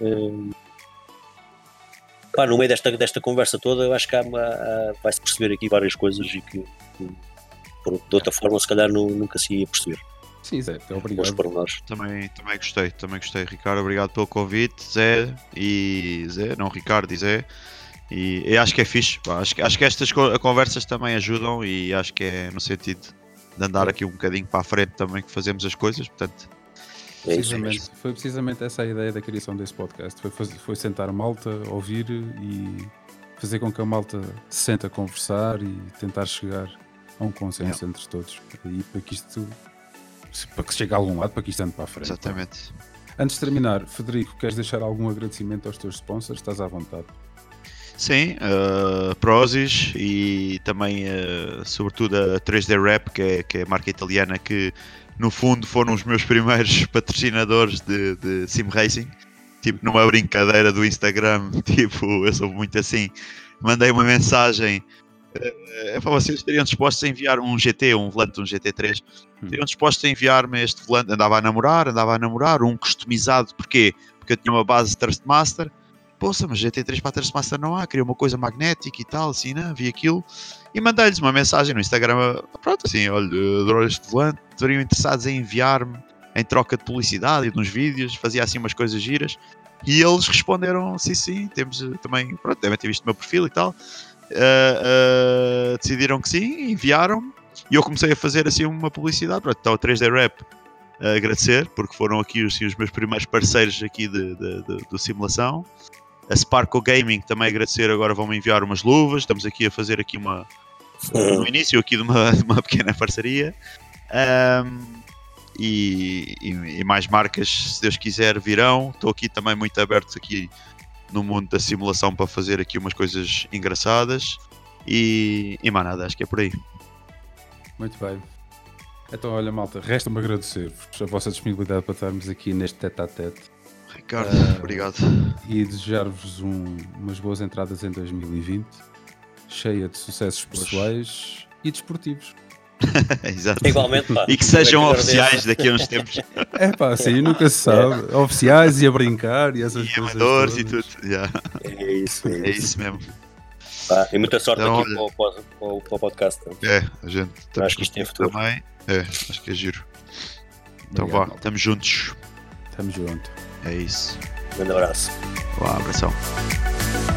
no meio desta conversa toda, eu acho que vai-se perceber aqui várias coisas e que de outra forma se calhar nunca se ia perceber. Sim, Zé, bons obrigado. pormenores. Também gostei, Ricardo. Obrigado pelo convite, Zé, Ricardo e Zé. E acho que é fixe. Pá, acho que estas conversas também ajudam e acho que é no sentido de andar aqui um bocadinho para a frente também que fazemos as coisas. Portanto, É isso mesmo. Foi precisamente essa a ideia da criação desse podcast. Foi sentar a malta, ouvir e fazer com que a malta se sente a conversar e tentar chegar a um consenso entre todos. E para que isto, para que chegue a algum lado, para que isto ande para a frente. exatamente. Antes de terminar, Frederico, queres deixar algum agradecimento aos teus sponsors? Estás à vontade. Sim, Prozis e também, sobretudo, a 3D Rap, que é a marca italiana que, no fundo, foram os meus primeiros patrocinadores de Sim Racing. Tipo, numa brincadeira do Instagram, tipo, eu sou muito assim, mandei uma mensagem. Para vocês estariam dispostos a enviar um volante de um GT3, estariam dispostos a enviar-me este volante. Andava a namorar, um customizado. Porquê? Porque eu tinha uma base Thrustmaster. Poxa, mas GT3 para Thrustmaster não há, queria uma coisa magnética e tal, assim, né? Vi aquilo e mandei-lhes uma mensagem no Instagram, pronto, assim, olha, adoro este volante, estariam interessados em enviar-me em troca de publicidade e de uns vídeos, fazia assim umas coisas giras, e eles responderam, sim, temos também, pronto, devem ter visto o meu perfil e tal, decidiram que sim, enviaram-me, e eu comecei a fazer assim uma publicidade, pronto, então o 3D Rap a agradecer, porque foram aqui assim, os meus primeiros parceiros aqui do simulação. A Sparkle Gaming também agradecer, agora vão-me enviar umas luvas, estamos aqui a fazer aqui no início aqui de uma pequena parceria. E mais marcas, se Deus quiser, virão. Estou aqui também muito aberto aqui no mundo da simulação para fazer aqui umas coisas engraçadas e mais nada, acho que é por aí. Muito bem. Então, olha, malta, resta-me agradecer-vos a vossa disponibilidade para estarmos aqui neste tete-a-tete. Ricardo, obrigado. E desejar-vos umas boas entradas em 2020, cheia de sucessos pessoais e desportivos. Exato. Igualmente, pá. E que sejam oficiais daqui a uns tempos. É pá, assim, nunca se sabe. Oficiais e a brincar e essas E coisas. amadores e todas. tudo. Yeah. É isso. É isso mesmo. Pá, e muita sorte Então, aqui para o podcast. A gente Acho que isto tem futuro. também. Acho que é giro. Então Obrigado, malta. estamos juntos. Estamos juntos. É isso. Um grande abraço. Abração.